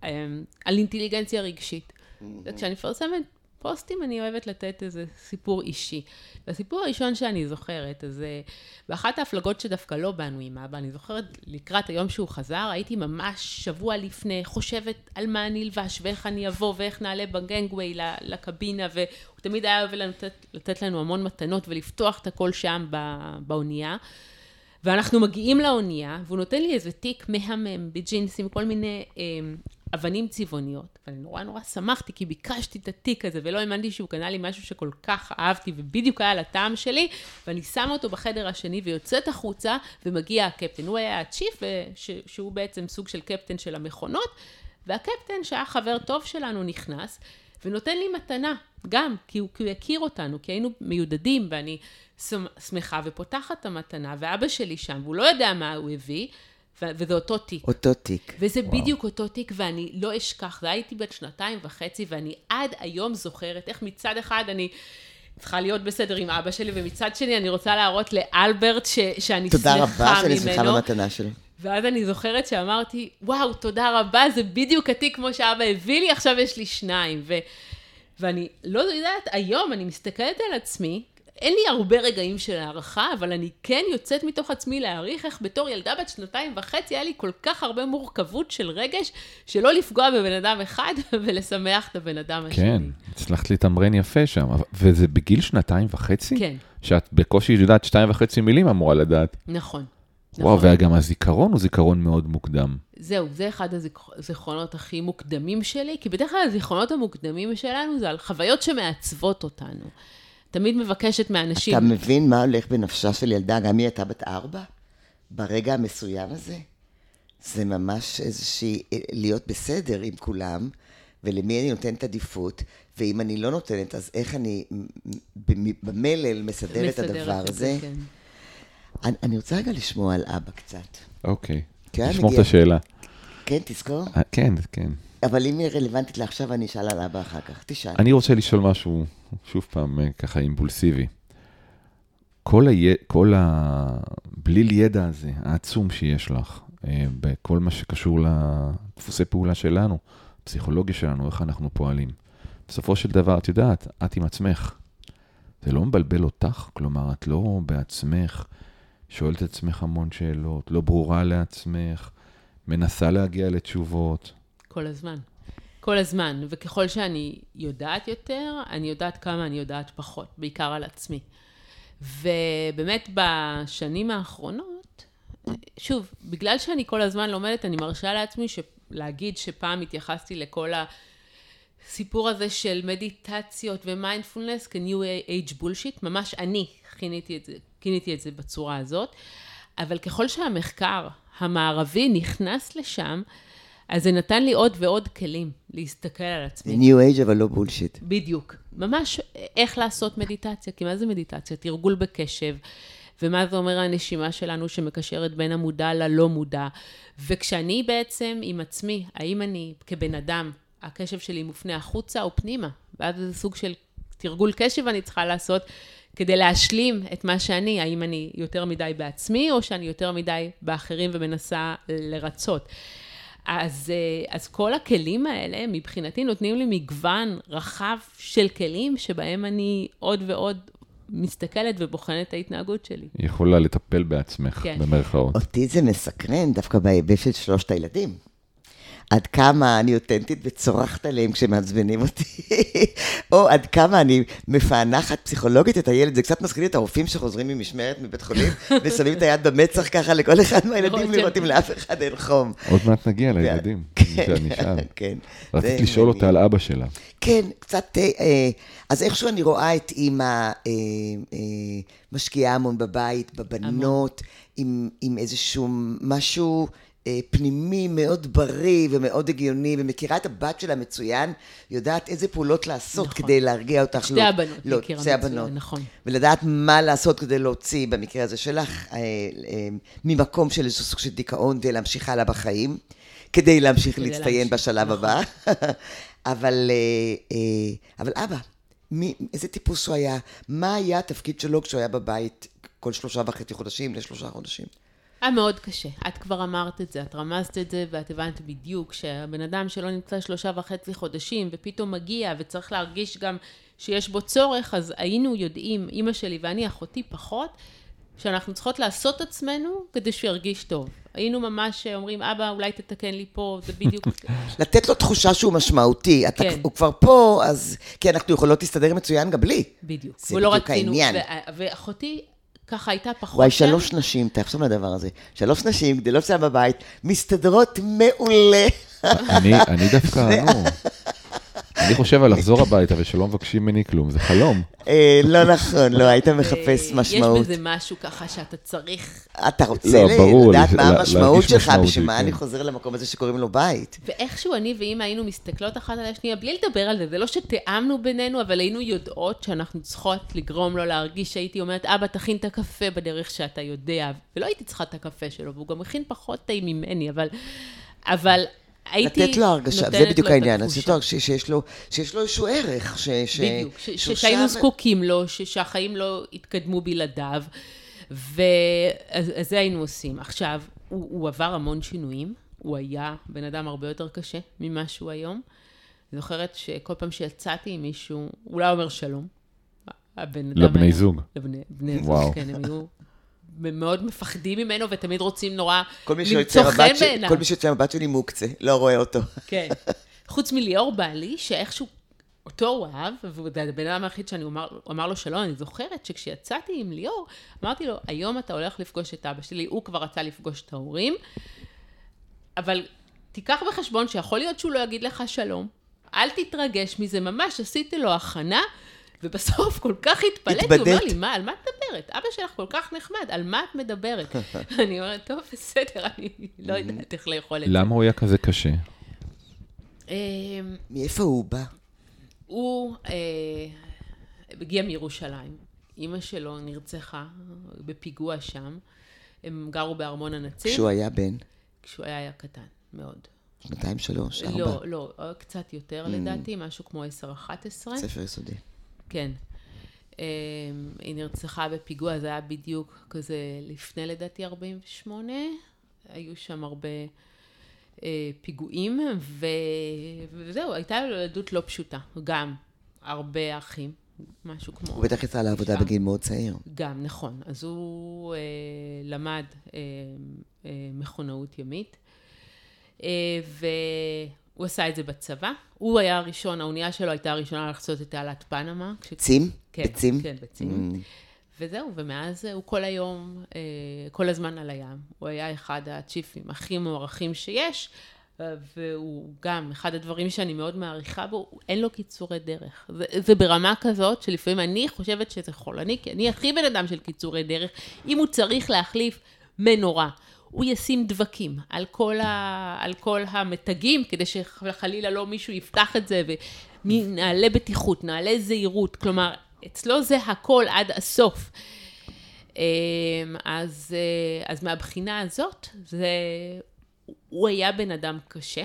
על אינטליגנציה רגשית. כשאני פרסמת פוסטים, אני אוהבת לתת איזה סיפור אישי. והסיפור הראשון שאני זוכרת, אז באחת ההפלגות שדווקא לא באנו עם אבא, אני זוכרת לקראת היום שהוא חזר, הייתי ממש שבוע לפני, חושבת על מה אני אלבש, ואיך אני אבוא, ואיך נעלה בגנגווי לקבינה, והוא תמיד היה אוהב לתת, לתת לנו המון מתנות, ולפתוח את הכל שם באונייה. ואנחנו מגיעים לאונייה, והוא נותן לי איזה תיק מהמם, בג'ינסים, כל מיני אה, אבנים צבעוניות. ואני נורא נורא שמחתי, כי ביקשתי את התיק הזה, ולא האמנתי שהוא קנה לי משהו שכל כך אהבתי, ובדיוק היה לטעם שלי, ואני שמה אותו בחדר השני, ויוצאת החוצה, ומגיע הקפטן. הוא היה הצ'יף, שהוא בעצם סוג של קפטן של המכונות, והקפטן, שהיה חבר טוב שלנו, נכנס, ונותן לי מתנה, גם, כי הוא, כי הוא הכיר אותנו, כי היינו מיודדים, ואני שמחה ופותחת את המתנה, ואבא שלי שם, והוא לא יודע מה הוא הביא, ו- וזה אותו תיק. אותו תיק. וזה וואו. בדיוק אותו תיק, ואני לא אשכח, זה הייתי בת שנתיים וחצי, ואני עד היום זוכרת, איך מצד אחד אני צריכה להיות בסדר עם אבא שלי, ומצד שני אני רוצה להראות לאלברט ש- שאני שמחה ממנו. תודה רבה שאני שמחה במתנה שלי. ואז אני זוכרת שאמרתי, וואו, תודה רבה, זה בדיוק התיק כמו שאבא הביא לי, עכשיו יש לי שניים. ו- ואני לא יודעת, היום אני מסתכלת על עצמי, אין לי הרבה רגעים של הערכה, אבל אני כן יוצאת מתוך עצמי להעריך איך בתור ילדה בת שנתיים וחצי, היה לי כל כך הרבה מורכבות של רגש, שלא לפגוע בבן אדם אחד ולשמח את הבן אדם השני. כן, הצלחת להתאמרן יפה שם, וזה בגיל שנתיים וחצי? כן. שאת בקושי יודעת שתיים וחצי מילים אמורה לדעת. נכון. וואו, וגם הזיכרון הוא זיכרון מאוד מוקדם. זהו, זה אחד הזיכרונות הכי מוקדמים שלי, כי בדרך כלל הזיכרונות המוקדמים שלנו זה על חוויות שמעצבות אותנו. תמיד מבקשת מאנשים... אתה מבין מה הולך בנפשה של ילדה, גם היא הייתה בת ארבע, ברגע המסוים הזה? זה ממש איזושהי, להיות בסדר עם כולם, ולמי אני נותנת עדיפות, ואם אני לא נותנת, אז איך אני במלל מסדר את הדבר הזה. כן. אני, אני רוצה רגע לשמוע על אבא קצת. אוקיי, כן, נשמור מגיע... את השאלה. כן, תזכור? כן, כן. אבל אם היא רלוונטית לעכשיו, אני אשאל על אבא אחר כך. תשאל. אני רוצה לשאול משהו, שוב פעם, ככה אימפולסיבי. כל, ה... כל הבליל ידע הזה, העצום שיש לך, בכל מה שקשור לדפוסי פעולה שלנו, פסיכולוגיה שלנו, איך אנחנו פועלים. בסופו של דבר, את יודעת, את עם עצמך. זה לא מבלבל אותך, כלומר, את לא בעצמך, שואלת את עצמך המון שאלות, לא ברורה לעצמך, מנסה להגיע לתשובות. כל הזמן. כל הזמן. וככל שאני יודעת יותר, אני יודעת כמה אני יודעת פחות, בעיקר על עצמי. ובאמת בשנים האחרונות, שוב, בגלל שאני כל הזמן לומדת, אני מרשה לעצמי ש... להגיד שפעם התייחסתי לכל הסיפור הזה של מדיטציות ומיינדפולנס כ-New Age bullshit, ממש אני כיניתי את זה, כיניתי את זה בצורה הזאת, אבל ככל שהמחקר המערבי נכנס לשם, אז זה נתן לי עוד ועוד כלים להסתכל על עצמי. New Age אבל לא bullshit. בדיוק. ממש איך לעשות מדיטציה, כי מה זה מדיטציה? תרגול בקשב, ומה זה אומר הנשימה שלנו שמקשרת בין המודע ללא מודע. וכשאני בעצם עם עצמי, האם אני כבן אדם, הקשב שלי מופנה החוצה או פנימה? ואז זה סוג של תרגול קשב אני צריכה לעשות כדי להשלים את מה שאני, האם אני יותר מדי בעצמי או שאני יותר מדי באחרים ומנסה לרצות. אז, אז כל הכלים האלה מבחינתי נותנים לי מגוון רחב של כלים שבהם אני עוד ועוד מסתכלת ובוחנת את ההתנהגות שלי. היא יכולה לטפל בעצמך, כן. במרכאות. אותי זה מסקרן, דווקא בהיבט של שלושת הילדים. עד כמה אני אותנטית וצורחת עליהם כשמעצבנים אותי, או עד כמה אני מפענחת פסיכולוגית את הילד. זה קצת מזכיר לי את הרופאים שחוזרים ממשמרת מבית חולים, ושמים את היד במצח ככה לכל אחד מהילדים לראות אם לאף אחד אין חום. עוד מעט נגיע לילדים, שאני שאל. כן. רציתי לשאול אותה על אבא שלה. כן, קצת, אז איכשהו אני רואה את אמא משקיעה המון בבית, בבנות, עם איזשהו משהו פנימי מאוד בריא ומאוד הגיוני, ומכירה את הבת שלה מצוין, יודעת איזה פעולות לעשות נכון. כדי להרגיע אותך. שתי הבנות, לא, מכירה שתי מצוין, הבנות. נכון. ולדעת מה לעשות כדי להוציא, במקרה הזה שלך, אה, אה, ממקום של איזשהו סוג של דיכאון, כדי להמשיך הלאה בחיים, כדי להמשיך כדי להצטיין להמשיך, בשלב נכון. הבא. אבל, אה, אה, אבל אבא, מי, איזה טיפוס הוא היה? מה היה התפקיד שלו כשהוא היה בבית כל שלושה וחצי חודשים, לשלושה חודשים? היה מאוד קשה. את כבר אמרת את זה, את רמזת את זה, ואת הבנת בדיוק שהבן אדם שלא נמצא שלושה וחצי חודשים, ופתאום מגיע, וצריך להרגיש גם שיש בו צורך, אז היינו יודעים, אמא שלי ואני, אחותי פחות, שאנחנו צריכות לעשות עצמנו כדי שירגיש טוב. היינו ממש אומרים, אבא, אולי תתקן לי פה, זה בדיוק... לתת לו תחושה שהוא משמעותי. אתה, כן. הוא כבר פה, אז... כי אנחנו יכולות להסתדר מצוין גם בלי. בדיוק. זה בדיוק העניין. ו- ואחותי... ככה הייתה פחות... וואי, שלוש נשים, תחשוב לדבר הזה. שלוש נשים, גדלות שם בבית, מסתדרות מעולה. אני, אני דווקא, נו. אני חושב על לחזור הביתה ושלא מבקשים ממני כלום, זה חלום. לא נכון, לא, היית מחפש משמעות. יש בזה משהו ככה שאתה צריך... אתה רוצה לדעת מה המשמעות שלך, בשביל מה אני חוזר למקום הזה שקוראים לו בית. ואיכשהו אני ואמא היינו מסתכלות אחת על השנייה, בלי לדבר על זה, זה לא שתאמנו בינינו, אבל היינו יודעות שאנחנו צריכות לגרום לו להרגיש שהייתי אומרת, אבא, תכין את הקפה בדרך שאתה יודע, ולא הייתי צריכה את הקפה שלו, והוא גם מכין פחות טעים ממני, אבל... אבל לתת לו הרגשה, זה בדיוק העניין, שיש לו איזשהו ערך. בדיוק, שהיינו זקוקים לו, שהחיים לא התקדמו בלעדיו, וזה היינו עושים. עכשיו, הוא עבר המון שינויים, הוא היה בן אדם הרבה יותר קשה ממה שהוא היום. אני זוכרת שכל פעם שיצאתי עם מישהו, הוא לא אומר שלום. לבני זוג. לבני זוג, כן, הם היו... מאוד מפחדים ממנו, ותמיד רוצים נורא למצוא חן בעיניו. כל מי שיוצא מבט שלי מוקצה, לא רואה אותו. כן. חוץ מליאור בעלי, שאיכשהו אותו הוא אהב, וזה הבן אדם היחיד שאני אומר לו שלום, אני זוכרת שכשיצאתי עם ליאור, אמרתי לו, היום אתה הולך לפגוש את אבא שלי, הוא כבר רצה לפגוש את ההורים, אבל תיקח בחשבון שיכול להיות שהוא לא יגיד לך שלום, אל תתרגש מזה, ממש עשיתי לו הכנה, ובסוף כל כך התפלט, הוא אומר לי, מה, על מה תדבר? מדברת? אבא שלך כל כך נחמד, על מה את מדברת? אני אומרת, טוב, בסדר, אני לא יודעת איך לאכול את זה. למה הוא היה כזה קשה? מאיפה הוא בא? הוא הגיע מירושלים. אמא שלו נרצחה בפיגוע שם. הם גרו בארמון הנציב. כשהוא היה בן? כשהוא היה, היה קטן, מאוד. שנתיים, שלוש, ארבע? לא, לא, קצת יותר לדעתי, משהו כמו עשר, אחת עשרה. ספר יסודי. כן. היא נרצחה בפיגוע, זה היה בדיוק כזה לפני לדעתי ארבעים ושמונה. היו שם הרבה פיגועים, וזהו, הייתה לו ילדות לא פשוטה. גם הרבה אחים. משהו כמו... הוא בטח יצא לעבודה בגיל מאוד צעיר. גם, נכון. אז הוא אה, למד אה, אה, מכונאות ימית, אה, והוא עשה את זה בצבא. הוא היה הראשון, האונייה שלו הייתה הראשונה לחצות את תעלת פנמה. כש... צים? כן, בצים? כן, בצים. Mm. וזהו, ומאז הוא כל היום, אה, כל הזמן על הים. הוא היה אחד הצ'יפים הכי מוערכים שיש, והוא גם, אחד הדברים שאני מאוד מעריכה בו, אין לו קיצורי דרך. זה, זה ברמה כזאת שלפעמים אני חושבת שזה חולני, כי אני הכי בן אדם של קיצורי דרך. אם הוא צריך להחליף מנורה, הוא ישים דבקים על כל, ה, על כל המתגים, כדי שחלילה לא מישהו יפתח את זה, ונעלה בטיחות, נעלה זהירות. כלומר, אצלו זה הכל עד הסוף. אז, אז מהבחינה הזאת, זה... הוא היה בן אדם קשה,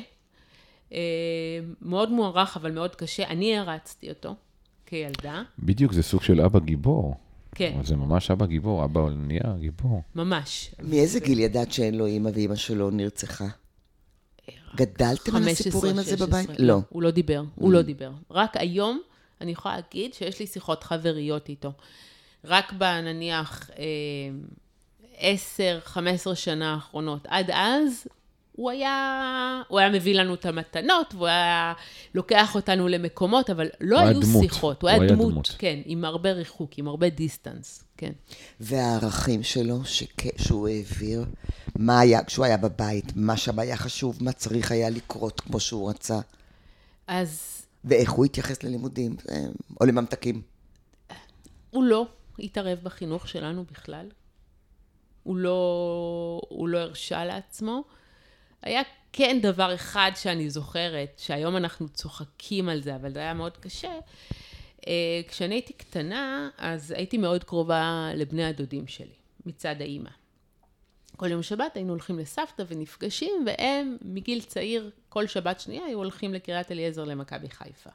מאוד מוערך, אבל מאוד קשה. אני הרצתי אותו כילדה. בדיוק, זה סוג של אבא גיבור. כן. זה ממש אבא גיבור, אבא נהיה גיבור. ממש. מאיזה גיל ידעת שאין לו אמא ואמא שלו נרצחה? גדלתם על הסיפורים הזה בבית? לא. הוא לא דיבר, הוא לא דיבר. רק היום אני יכולה להגיד שיש לי שיחות חבריות איתו. רק בנניח עשר, חמש עשרה שנה האחרונות. עד אז... הוא היה, הוא היה מביא לנו את המתנות, והוא היה לוקח אותנו למקומות, אבל לא היו דמות. שיחות. הוא, הוא היה, היה דמות, דמות, כן, עם הרבה ריחוק, עם הרבה דיסטנס, כן. והערכים שלו, שכ... שהוא העביר, מה היה, כשהוא היה בבית, מה שם היה חשוב, מה צריך היה לקרות כמו שהוא רצה. אז... ואיך הוא התייחס ללימודים, או לממתקים? הוא לא התערב בחינוך שלנו בכלל. הוא לא, הוא לא הרשה לעצמו. היה כן דבר אחד שאני זוכרת, שהיום אנחנו צוחקים על זה, אבל זה היה מאוד קשה. כשאני הייתי קטנה, אז הייתי מאוד קרובה לבני הדודים שלי, מצד האמא. כל יום שבת היינו הולכים לסבתא ונפגשים, והם מגיל צעיר, כל שבת שנייה, היו הולכים לקריית אליעזר למכבי חיפה.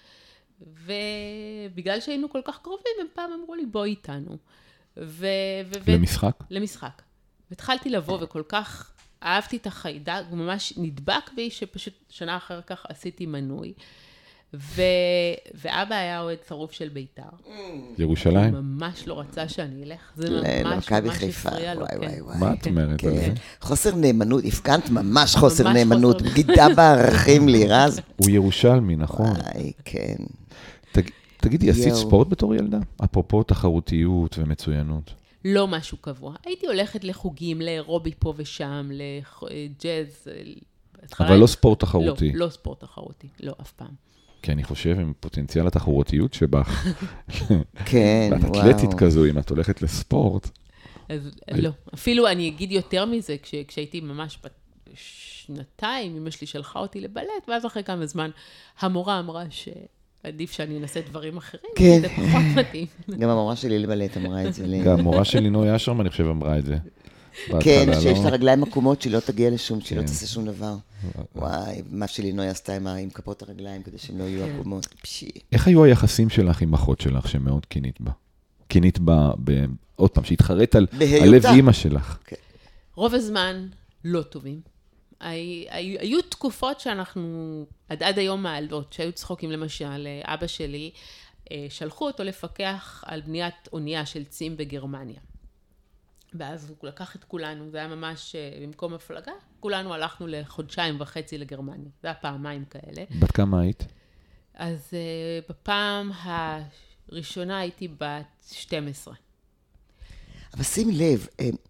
ובגלל שהיינו כל כך קרובים, הם פעם אמרו לי, בואי איתנו. ו... ו... למשחק? למשחק. והתחלתי לבוא וכל כך... אהבתי את החיידק, הוא ממש נדבק בי, שפשוט שנה אחר כך עשיתי מנוי, ו... ואבא היה אוהד שרוף של ביתר. ירושלים? הוא ממש לא רצה שאני אלך, זה ממש ממש הפריע לו. וואי, וואי, וואי. מה את אומרת על זה? חוסר נאמנות, הפגנת ממש חוסר נאמנות, בגידה בערכים לי, רז. הוא ירושלמי, נכון. וואי, כן. תגידי, עשית ספורט בתור ילדה? אפרופו תחרותיות ומצוינות. לא משהו קבוע. הייתי הולכת לחוגים, לאירובי פה ושם, לג'אז. אבל לא ספורט תחרותי. לא, לא ספורט תחרותי, לא, אף פעם. כי אני חושב עם פוטנציאל התחרותיות שבך. כן, וואו. ואת אתלטית כזו, אם את הולכת לספורט. אז לא. אפילו אני אגיד יותר מזה, כשהייתי ממש שנתיים, אמא שלי שלחה אותי לבלט, ואז אחרי כמה זמן המורה אמרה ש... עדיף שאני אנסה דברים אחרים, כן. זה פחות מתאים. גם המורה שלי לבלט אמרה את זה לי. גם המורה שלי נוי אשרמן, אני חושב, אמרה את זה. כן, שיש לה רגליים עקומות, שהיא לא תגיע לשום, שהיא לא תעשה שום דבר. וואי, מה שלי נוי עשתה עם כפות הרגליים, כדי שהן לא יהיו עקומות. איך היו היחסים שלך עם אחות שלך, שמאוד קינית בה? קינית בה, עוד פעם, שהתחרט על לב אימא שלך. רוב הזמן לא טובים. היו תקופות שאנחנו עד עד היום מעלות, שהיו צחוקים למשל, אבא שלי, שלחו אותו לפקח על בניית אונייה של צים בגרמניה. ואז הוא לקח את כולנו, זה היה ממש במקום הפלגה, כולנו הלכנו לחודשיים וחצי לגרמניה, זה היה פעמיים כאלה. בת כמה היית? אז בפעם הראשונה הייתי בת שתים עשרה. אבל שימי לב,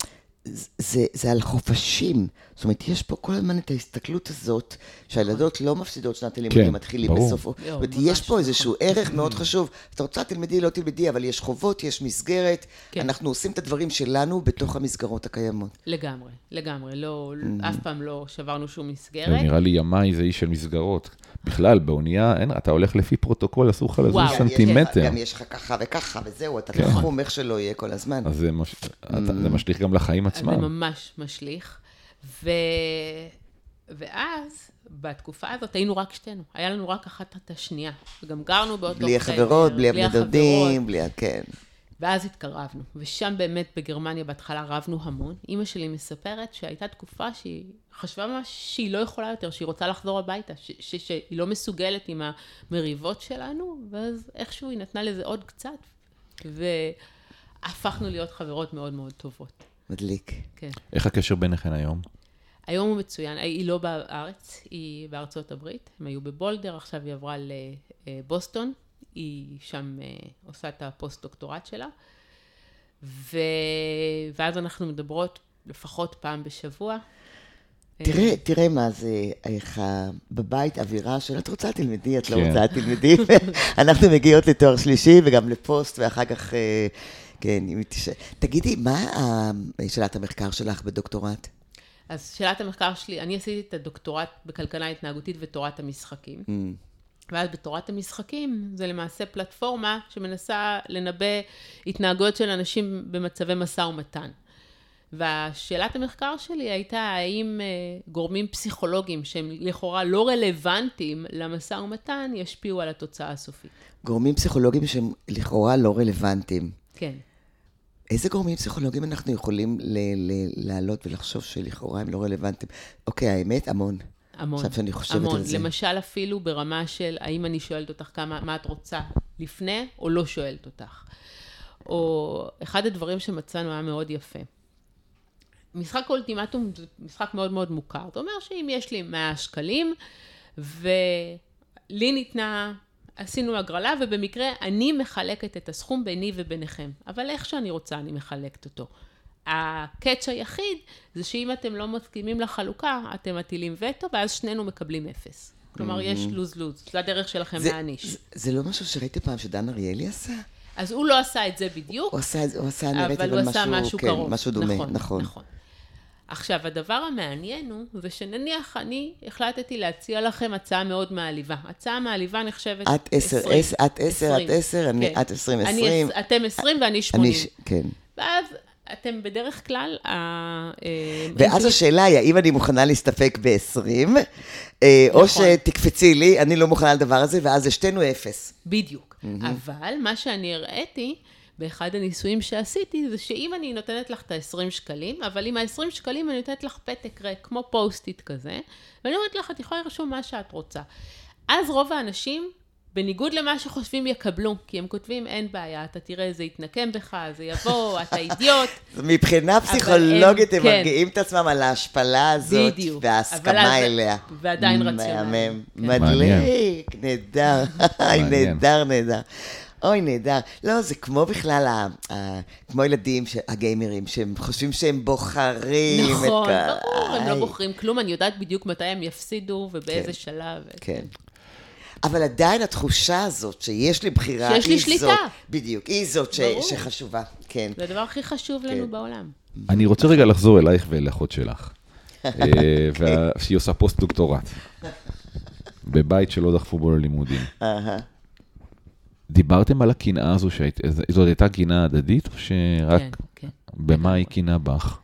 זה, זה על חופשים. זאת אומרת, יש פה כל הזמן את ההסתכלות הזאת, שהילדות לא מפסידות שנת הלימודים, מתחילים בסופו. זאת אומרת, יש פה איזשהו ערך מאוד חשוב. אתה רוצה תלמדי, לא תלמדי, אבל יש חובות, יש מסגרת. אנחנו עושים את הדברים שלנו בתוך המסגרות הקיימות. לגמרי, לגמרי. לא, אף פעם לא שברנו שום מסגרת. נראה לי ימי זה איש של מסגרות. בכלל, באונייה, אין, אתה הולך לפי פרוטוקול, אסור לך לזוז סנטימטר. גם יש לך ככה וככה, וזהו, אתה תחום איך שלא יהיה כל הזמן. אז זה, מש... זה משליך גם לחיים עצמם. זה ממש משליך. ו... ואז, בתקופה הזאת, היינו רק שתינו. היה לנו רק אחת את השנייה. וגם גרנו באותו חדר. בלי החברות, בלי הבדודים, בלי... כן. ואז התקרבנו. ושם באמת בגרמניה בהתחלה רבנו המון. אמא שלי מספרת שהייתה תקופה שהיא חשבה ממש שהיא לא יכולה יותר, שהיא רוצה לחזור הביתה, ש- ש- שהיא לא מסוגלת עם המריבות שלנו, ואז איכשהו היא נתנה לזה עוד קצת, והפכנו להיות חברות מאוד מאוד טובות. מדליק. כן. איך הקשר ביניכן היום? היום הוא מצוין. היא לא בארץ, היא בארצות הברית. הם היו בבולדר, עכשיו היא עברה לבוסטון. היא שם עושה את הפוסט-דוקטורט שלה. ו... ואז אנחנו מדברות לפחות פעם בשבוע. תראה, תראה מה זה, איך בבית אווירה של את רוצה תלמדי, את לא רוצה תלמדי. אנחנו מגיעות לתואר שלישי וגם לפוסט, ואחר כך, כן, תגידי, מה שאלת המחקר שלך בדוקטורט? אז שאלת המחקר שלי, אני עשיתי את הדוקטורט בכלכלה התנהגותית ותורת המשחקים. ואז בתורת המשחקים זה למעשה פלטפורמה שמנסה לנבא התנהגויות של אנשים במצבי משא ומתן. והשאלת המחקר שלי הייתה האם גורמים פסיכולוגיים שהם לכאורה לא רלוונטיים למשא ומתן ישפיעו על התוצאה הסופית. גורמים פסיכולוגיים שהם לכאורה לא רלוונטיים. כן. איזה גורמים פסיכולוגיים אנחנו יכולים ל- ל- לעלות ולחשוב שלכאורה הם לא רלוונטיים? אוקיי, האמת, המון. המון, עכשיו שאני חושבת המון. על זה. למשל אפילו ברמה של האם אני שואלת אותך כמה, מה את רוצה לפני או לא שואלת אותך. או אחד הדברים שמצאנו היה מאוד יפה. משחק אולטימטום זה משחק מאוד מאוד מוכר. זאת אומרת שאם יש לי מאה שקלים ולי ניתנה, עשינו הגרלה ובמקרה אני מחלקת את הסכום ביני וביניכם. אבל איך שאני רוצה אני מחלקת אותו. הקאץ' היחיד זה שאם אתם לא מסכימים לחלוקה, אתם מטילים וטו, ואז שנינו מקבלים אפס. כלומר, יש לוז-לוז. זה הדרך שלכם להעניש. זה, זה לא משהו שראיתי פעם שדן אריאלי עשה? אז הוא לא עשה את זה בדיוק. הוא עשה, הוא עשה, אני ראיתי, אבל הוא עשה משהו כן, קרוב. משהו דומה, נכון, נכון. נכון. עכשיו, הדבר המעניין הוא, זה שנניח אני החלטתי להציע לכם הצעה מאוד מעליבה. הצעה מעליבה נחשבת את עשר, את עשר, את עשר, אני, את עשרים, עשרים. אתם עשרים ואני שמונים. כן. ואז אתם בדרך כלל... ואז השאלה היא, האם אני מוכנה להסתפק ב-עשרים, או שתקפצי לי, אני לא מוכנה לדבר הזה, ואז לשתינו אפס. בדיוק. אבל מה שאני הראיתי, באחד הניסויים שעשיתי, זה שאם אני נותנת לך את ה-עשרים שקלים, אבל עם ה-עשרים שקלים אני נותנת לך פתק ריק, כמו פוסט-איט כזה, ואני אומרת לך, את יכולה לרשום מה שאת רוצה. אז רוב האנשים... בניגוד למה שחושבים יקבלו, כי הם כותבים, אין בעיה, אתה תראה, זה יתנקם בך, זה יבוא, אתה אידיוט. מבחינה פסיכולוגית הם מרגיעים את עצמם על ההשפלה הזאת, וההסכמה אליה. ועדיין רציונל. מדליק, נהדר, נהדר, נהדר. אוי, נהדר. לא, זה כמו בכלל, כמו ילדים, הגיימרים, שהם חושבים שהם בוחרים. נכון, ברור, הם לא בוחרים כלום, אני יודעת בדיוק מתי הם יפסידו ובאיזה שלב. כן. אבל עדיין התחושה הזאת שיש לי בחירה, שיש לי שליטה. זאת, בדיוק, היא זאת ש, שחשובה, כן. זה הדבר הכי חשוב כן. לנו בעולם. אני רוצה רגע לחזור אלייך ואל אחות שלך, שהיא עושה פוסט דוקטורט, בבית שלא דחפו בו ללימודים. דיברתם על הקנאה הזו, זאת הייתה קנאה הדדית, או שרק כן, כן. במה היא קנאה בך?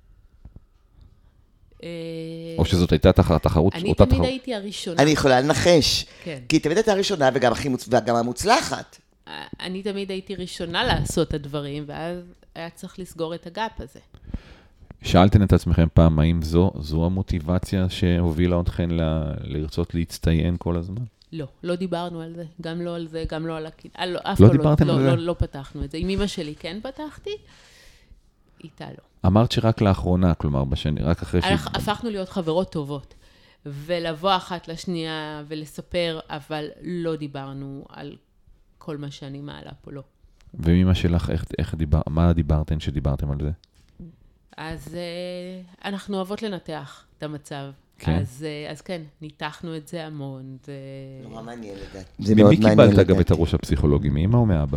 או שזאת הייתה תחרות? אני תמיד הייתי הראשונה. אני יכולה לנחש. כי תמיד הייתה הראשונה וגם המוצלחת. אני תמיד הייתי ראשונה לעשות את הדברים, ואז היה צריך לסגור את הגאפ הזה. שאלתן את עצמכם פעם, האם זו המוטיבציה שהובילה אתכן לרצות להצטיין כל הזמן? לא, לא דיברנו על זה. גם לא על זה, גם לא על הקנאה. לא דיברתם על זה? לא פתחנו את זה. עם אמא שלי כן פתחתי, איתה לא. אמרת שרק לאחרונה, כלומר, בשני, רק אחרי ש... הפכנו להיות חברות טובות, ולבוא אחת לשנייה ולספר, אבל לא דיברנו על כל מה שאני מעלה פה, לא. וממה שלך, איך, איך דיבר, מה דיברתן שדיברתם על זה? אז אנחנו אוהבות לנתח את המצב. כן. אז, אז כן, ניתחנו את זה המון. זה... נורא מעניין לדעת. ממי קיבלת אגב את הראש הפסיכולוגי? מאמא או מאבא?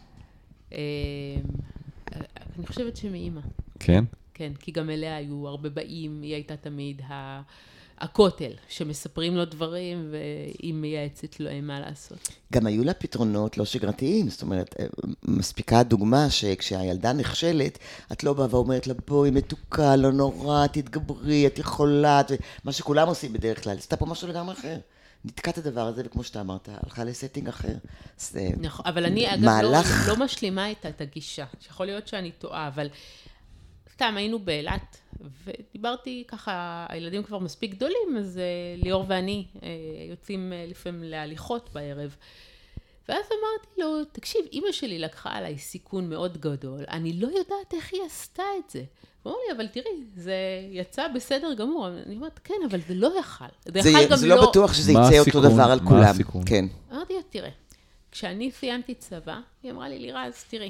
אני חושבת שמאמא. כן? כן, כי גם אליה היו הרבה באים, היא הייתה תמיד ה... הכותל, שמספרים לו דברים, והיא מייעצת לו מה לעשות. גם היו לה פתרונות לא שגרתיים, זאת אומרת, מספיקה הדוגמה שכשהילדה נכשלת, את לא באה ואומרת לה, בואי מתוקה, לא נורא, תתגברי, את יכולה, מה שכולם עושים בדרך כלל, עשתה פה משהו לגמרי אחר. נתקע את הדבר הזה, וכמו שאתה אמרת, הלכה לסטינג אחר. נכון, אבל אני אגב לא, לא משלימה את הגישה, שיכול להיות שאני טועה, אבל סתם היינו באילת, ודיברתי ככה, הילדים כבר מספיק גדולים, אז ליאור ואני יוצאים לפעמים להליכות בערב. ואז אמרתי לו, תקשיב, אמא שלי לקחה עליי סיכון מאוד גדול, אני לא יודעת איך היא עשתה את זה. הוא אמר לי, אבל תראי, זה יצא בסדר גמור. אני אומרת, כן, אבל זה לא יכל. זה, זה, יכל זה לא... לא בטוח שזה יצא אותו דבר על כולם. מה הסיכון? כן. אמרתי לה, תראה, כשאני סיימתי צבא, היא אמרה לי, לירז, תראי,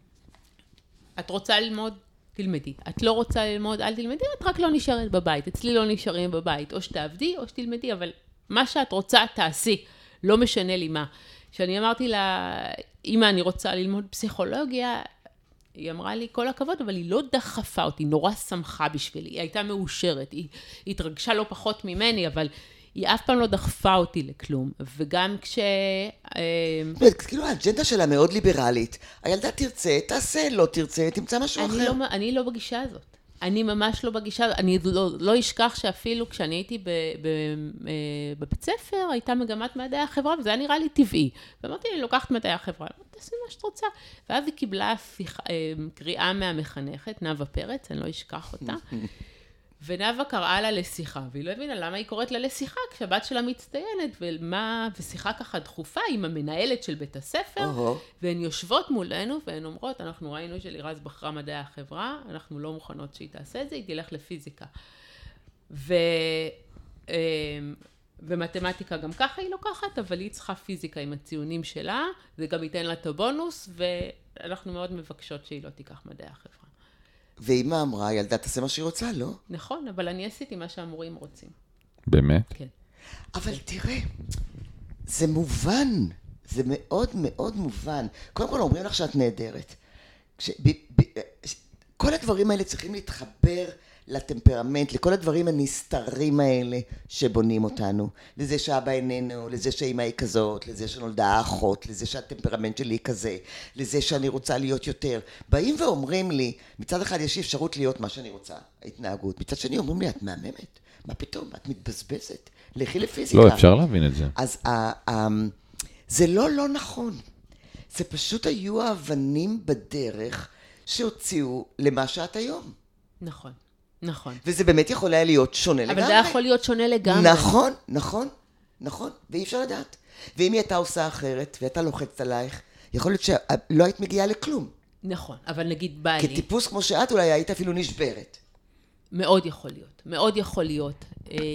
את רוצה ללמוד? תלמדי. את לא רוצה ללמוד, אל תלמדי, את רק לא נשארת בבית. אצלי לא נשארים בבית. או שתעבדי, או שתלמדי, אבל מה שאת רוצה, תעשי. לא משנה לי מה. כשאני אמרתי לה, אמא, אני רוצה ללמוד פסיכולוגיה, היא אמרה לי, כל הכבוד, אבל היא לא דחפה אותי, נורא שמחה בשבילי. היא הייתה מאושרת, היא, היא התרגשה לא פחות ממני, אבל היא אף פעם לא דחפה אותי לכלום. וגם כש... כאילו, האג'נדה שלה מאוד ליברלית. הילדה תרצה, תעשה, לא תרצה, תמצא משהו אחר. לא, אני לא בגישה הזאת. אני ממש לא בגישה, אני לא, לא אשכח שאפילו כשאני הייתי ב, ב, בבית ספר, הייתה מגמת מדעי החברה, וזה היה נראה לי טבעי. ואמרתי, אני לוקחת מדעי החברה, תעשי מה שאת רוצה. ואז היא קיבלה שיח, קריאה מהמחנכת, נאווה פרץ, אני לא אשכח אותה. ונאווה קראה לה לשיחה, והיא לא הבינה למה היא קוראת לה לשיחה, כשהבת שלה מצטיינת, ומה, ושיחה ככה דחופה עם המנהלת של בית הספר, והן יושבות מולנו, והן אומרות, אנחנו ראינו שלירז בחרה מדעי החברה, אנחנו לא מוכנות שהיא תעשה את זה, היא תלך לפיזיקה. ו... ומתמטיקה גם ככה היא לוקחת, אבל היא צריכה פיזיקה עם הציונים שלה, זה גם ייתן לה את הבונוס, ואנחנו מאוד מבקשות שהיא לא תיקח מדעי החברה. ואמא אמרה, ילדה תעשה מה שהיא רוצה, לא? נכון, אבל אני עשיתי מה שהמורים רוצים. באמת? כן. אבל תראה, זה מובן, זה מאוד מאוד מובן. קודם כל אומרים לך שאת נהדרת. כש, ב, ב, כל הדברים האלה צריכים להתחבר לטמפרמנט, לכל הדברים הנסתרים האלה שבונים אותנו. לזה שאבא איננו, לזה שאמא היא כזאת, לזה שנולדה האחות, לזה שהטמפרמנט שלי היא כזה, לזה שאני רוצה להיות יותר. באים ואומרים לי, מצד אחד יש אפשרות להיות מה שאני רוצה, ההתנהגות. מצד שני אומרים לי, את מהממת. מה פתאום? את מתבזבזת. לכי לפיזיקה. לא, אפשר להבין את זה. אז זה לא לא נכון. זה פשוט היו האבנים בדרך שהוציאו למה שאת היום. נכון. נכון. וזה באמת יכול היה להיות שונה אבל לגמרי. אבל זה יכול להיות שונה לגמרי. נכון, נכון, נכון, ואי אפשר לדעת. ואם היא הייתה עושה אחרת, והייתה לוחצת עלייך, יכול להיות שלא היית מגיעה לכלום. נכון, אבל נגיד בעלי... כטיפוס כמו שאת, אולי היית אפילו נשברת. מאוד יכול להיות, מאוד יכול להיות.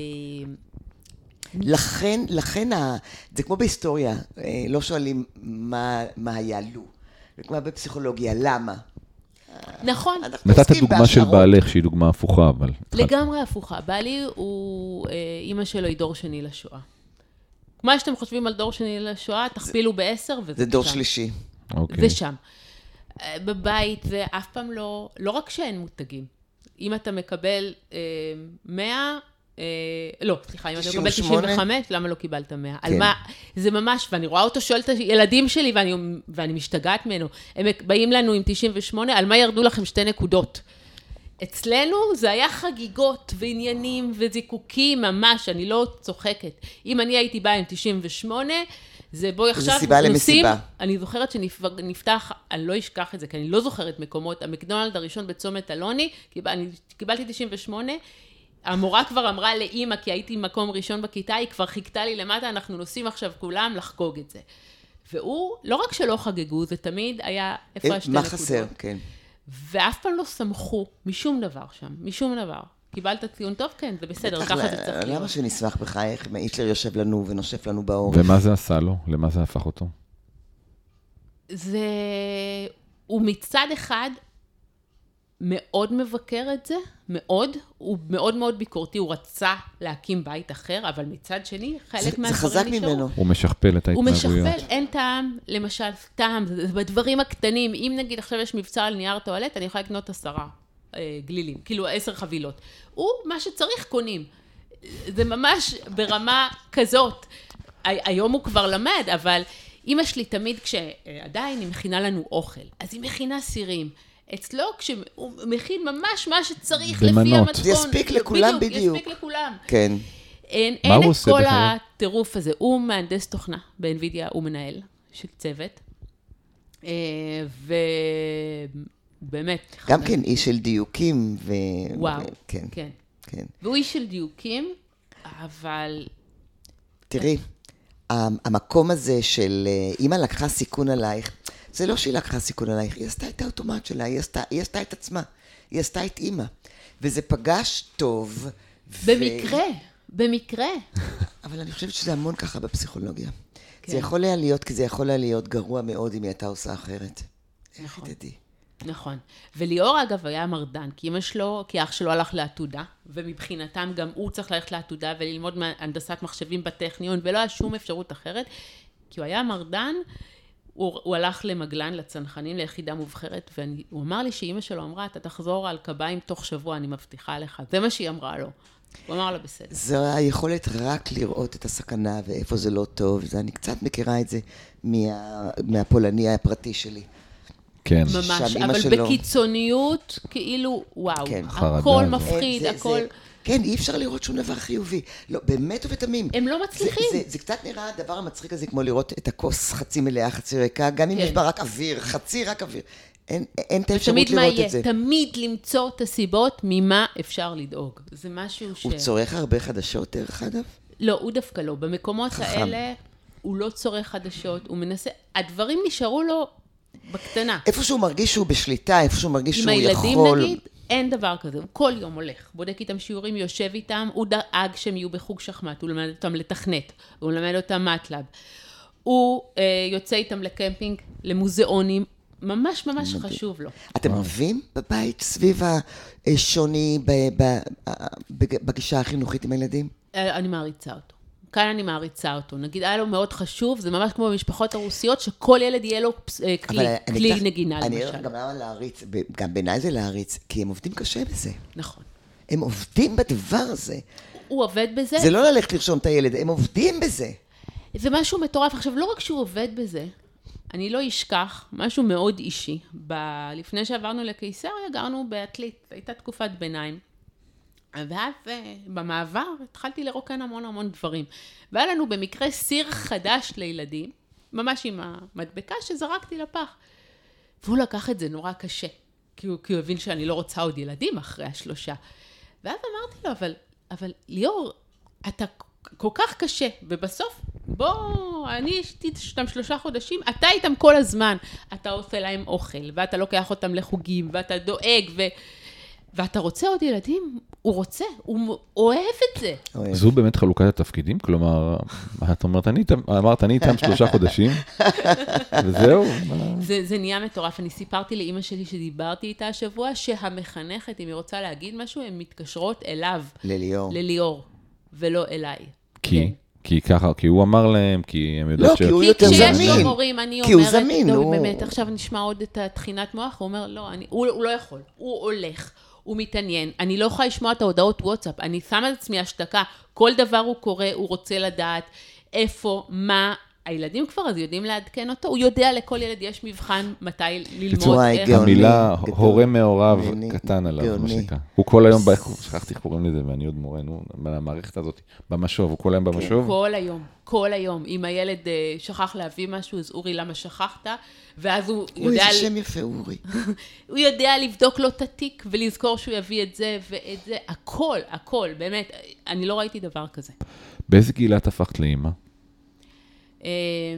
לכן, לכן, זה כמו בהיסטוריה, לא שואלים מה, מה היה לו. זה כמו בפסיכולוגיה, למה? נכון. נתת דוגמה של בעלך, שהיא דוגמה הפוכה, אבל... לגמרי הפוכה. בעלי הוא, אמא שלו היא דור שני לשואה. מה שאתם חושבים על דור שני לשואה, תכפילו בעשר, וזה שם. זה דור שלישי. זה שם. בבית, זה אף פעם לא, לא רק שאין מותגים. אם אתה מקבל מאה, לא, סליחה, אם אתה מקבל תשעים וחמש, למה לא קיבלת מאה? על מה, זה ממש, ואני רואה אותו שואל את הילדים שלי, ואני, ואני משתגעת ממנו, הם באים לנו עם תשעים ושמונה, על מה ירדו לכם שתי נקודות? אצלנו זה היה חגיגות ועניינים וזיקוקים ממש, אני לא צוחקת. אם אני הייתי באה עם תשעים ושמונה, זה בואי עכשיו סיבה למסיבה. אני זוכרת שנפתח, אני לא אשכח את זה, כי אני לא זוכרת מקומות, המקדונלד הראשון בצומת אלוני, אני קיבלתי תשעים ושמונה, המורה כבר אמרה לאמא, כי הייתי מקום ראשון בכיתה, היא כבר חיכתה לי למטה, אנחנו נוסעים עכשיו כולם לחגוג את זה. והוא, לא רק שלא חגגו, זה תמיד היה איפה השתי נקודות. מה חסר, כן. ואף פעם לא סמכו משום דבר שם, משום דבר. קיבלת ציון טוב? כן, זה בסדר, ככה זה צריך להיות. למה שנשמח בך, איך היטלר יושב לנו ונושף לנו בעורף? ומה זה עשה לו? למה זה הפך אותו? זה... הוא מצד אחד מאוד מבקר את זה, מאוד, הוא מאוד מאוד ביקורתי, הוא רצה להקים בית אחר, אבל מצד שני, חלק זה, מהדברים זה חזק נשארו. ממנו. הוא משכפל את הוא ההתנהגויות. משכפל, אין טעם, למשל, טעם, זה בדברים הקטנים, אם נגיד עכשיו יש מבצע על נייר טואלט, אני יכולה לקנות עשרה אה, גלילים, כאילו עשר חבילות. הוא, מה שצריך קונים. זה ממש ברמה כזאת. היום הוא כבר למד, אבל אמא שלי תמיד כשעדיין היא מכינה לנו אוכל, אז היא מכינה סירים. אצלו כשהוא מכין ממש מה שצריך במנות. לפי המתכון. זה יספיק לכולם בדיוק. יספיק לכולם. כן. אין, מה אין הוא את עושה כל בחיי? הטירוף הזה. הוא מהנדס תוכנה באנווידיה, הוא מנהל של צוות. אה, ובאמת. גם כן איש של דיוקים. ו... וואו, ו... כן, כן. כן. והוא איש של דיוקים, אבל... תראי, המקום הזה של אמא לקחה סיכון עלייך, זה לא שהיא לקחה סיכון עלייך, היא עשתה את האוטומט שלה, היא עשתה, היא עשתה את עצמה, היא עשתה את אמא. וזה פגש טוב. במקרה, ו... במקרה. אבל אני חושבת שזה המון ככה בפסיכולוגיה. כן. זה יכול היה להיות, כי זה יכול היה להיות גרוע מאוד אם היא הייתה עושה אחרת. נכון. איך תדעי? נכון. וליאור אגב היה מרדן, כי אמא שלו, כי אח שלו הלך לעתודה, ומבחינתם גם הוא צריך ללכת לעתודה וללמוד מהנדסת מחשבים בטכניון, ולא היה שום אפשרות אחרת, כי הוא היה מרדן, הוא, הוא הלך למגלן, לצנחנים, ליחידה מובחרת, והוא אמר לי שאמא שלו אמרה, אתה תחזור על קביים תוך שבוע, אני מבטיחה לך. זה מה שהיא אמרה לו. הוא אמר לה בסדר. זו היכולת רק לראות את הסכנה ואיפה זה לא טוב. זה, אני קצת מכירה את זה מה, מהפולני הפרטי שלי. כן. ממש, שם אמא אבל שלו. בקיצוניות, כאילו, וואו, כן. חרדה הכל הזו. מפחיד, זה- הכל... זה- כן, אי אפשר לראות שום דבר חיובי. לא, באמת ובתמים. הם לא מצליחים. זה, זה, זה קצת נראה הדבר המצחיק הזה, כמו לראות את הכוס חצי מלאה, חצי ריקה, גם אם כן. יש בה רק אוויר, חצי רק אוויר. אין, אין את האפשרות תמיד מה לראות יהיה? את זה. תמיד למצוא את הסיבות ממה אפשר לדאוג. זה משהו ש... הוא צורך הרבה חדשות, דרך אגב? לא, הוא דווקא לא. במקומות חכם. האלה הוא לא צורך חדשות, הוא מנסה... הדברים נשארו לו בקטנה. איפה שהוא מרגיש שהוא בשליטה, איפה שהוא מרגיש עם שהוא הילדים יכול... נגיד, אין דבר כזה. הוא כל יום הולך, בודק איתם שיעורים, יושב איתם, הוא דאג שהם יהיו בחוג שחמט, הוא למד אותם לתכנת, הוא למד אותם מטלב. הוא אה, יוצא איתם לקמפינג, למוזיאונים, ממש ממש חשוב לו. אתם אוהבים בבית סביב השוני ב- ב- ב- בגישה החינוכית עם הילדים? אה, אני מעריצה אותו. כאן אני מעריצה אותו. נגיד, היה לו מאוד חשוב, זה ממש כמו במשפחות הרוסיות, שכל ילד יהיה לו אה, כלי, אבל אני כלי אקח- נגינה, אני למשל. אגיד גם למה להריץ, ב- גם בעיניי זה להריץ, כי הם עובדים קשה בזה. נכון. הם עובדים בדבר הזה. הוא עובד בזה. זה לא ללכת לרשום את הילד, הם עובדים בזה. זה משהו מטורף. עכשיו, לא רק שהוא עובד בזה, אני לא אשכח, משהו מאוד אישי. ב- לפני שעברנו לקיסריה, גרנו בעתלית, הייתה תקופת ביניים. ואז אה, במעבר התחלתי לרוקן המון המון דברים. והיה לנו במקרה סיר חדש לילדים, ממש עם המדבקה שזרקתי לפח. והוא לקח את זה נורא קשה, כי הוא, כי הוא הבין שאני לא רוצה עוד ילדים אחרי השלושה. ואז אמרתי לו, אבל, אבל ליאור, אתה כל כך קשה, ובסוף, בוא, אני הייתי שם שלושה חודשים, אתה איתם כל הזמן, אתה עושה להם אוכל, ואתה לוקח אותם לחוגים, ואתה דואג, ו... ואתה רוצה עוד ילדים? הוא רוצה, הוא אוהב את זה. אוהב. זו באמת חלוקת התפקידים? כלומר, את אומרת, אני איתם- אמרת, אני איתם שלושה חודשים, וזהו. מה- זה, זה נהיה מטורף. אני סיפרתי לאמא שלי שדיברתי איתה השבוע, שהמחנכת, אם היא רוצה להגיד משהו, הן מתקשרות אליו, לליאור. לליאור, ולא אליי. כי, כן. כי ככה, כי הוא אמר להם, כי הם יודעים לא, ש... כי הוא כי יותר כשיש זמין. לו מורים, אני כי הוא אומרת, זמין, לא, הוא- באמת, עכשיו נשמע עוד את התחינת מוח, הוא אומר, לא, אני, הוא, הוא לא יכול, הוא הולך, הוא מתעניין, אני לא יכולה לשמוע את ההודעות וואטסאפ, אני שמה את עצמי השתקה, כל דבר הוא קורא, הוא רוצה לדעת איפה, מה, הילדים כבר אז יודעים לעדכן אותו, הוא יודע לכל ילד יש מבחן מתי ללמוד, בצורה איך. גאונית. המילה גדול. הורה מעורב גאוני, קטן עליו, מה גאוני. שנקרא. הוא כל היום, ב- שכחתי איך קוראים לזה, ואני עוד מורה, נו, במערכת הזאת, במשוב, הוא כל היום במשוב. כל היום, כל היום. אם הילד אה, שכח להביא משהו, אז אורי, למה שכחת? ואז הוא אוי, יודע, איזה שם יפה, אורי. הוא יודע לבדוק לו את התיק ולזכור שהוא יביא את זה ואת זה, הכל, הכל, באמת, אני לא ראיתי דבר כזה. באיזה גיל את הפכת לאמא? אה,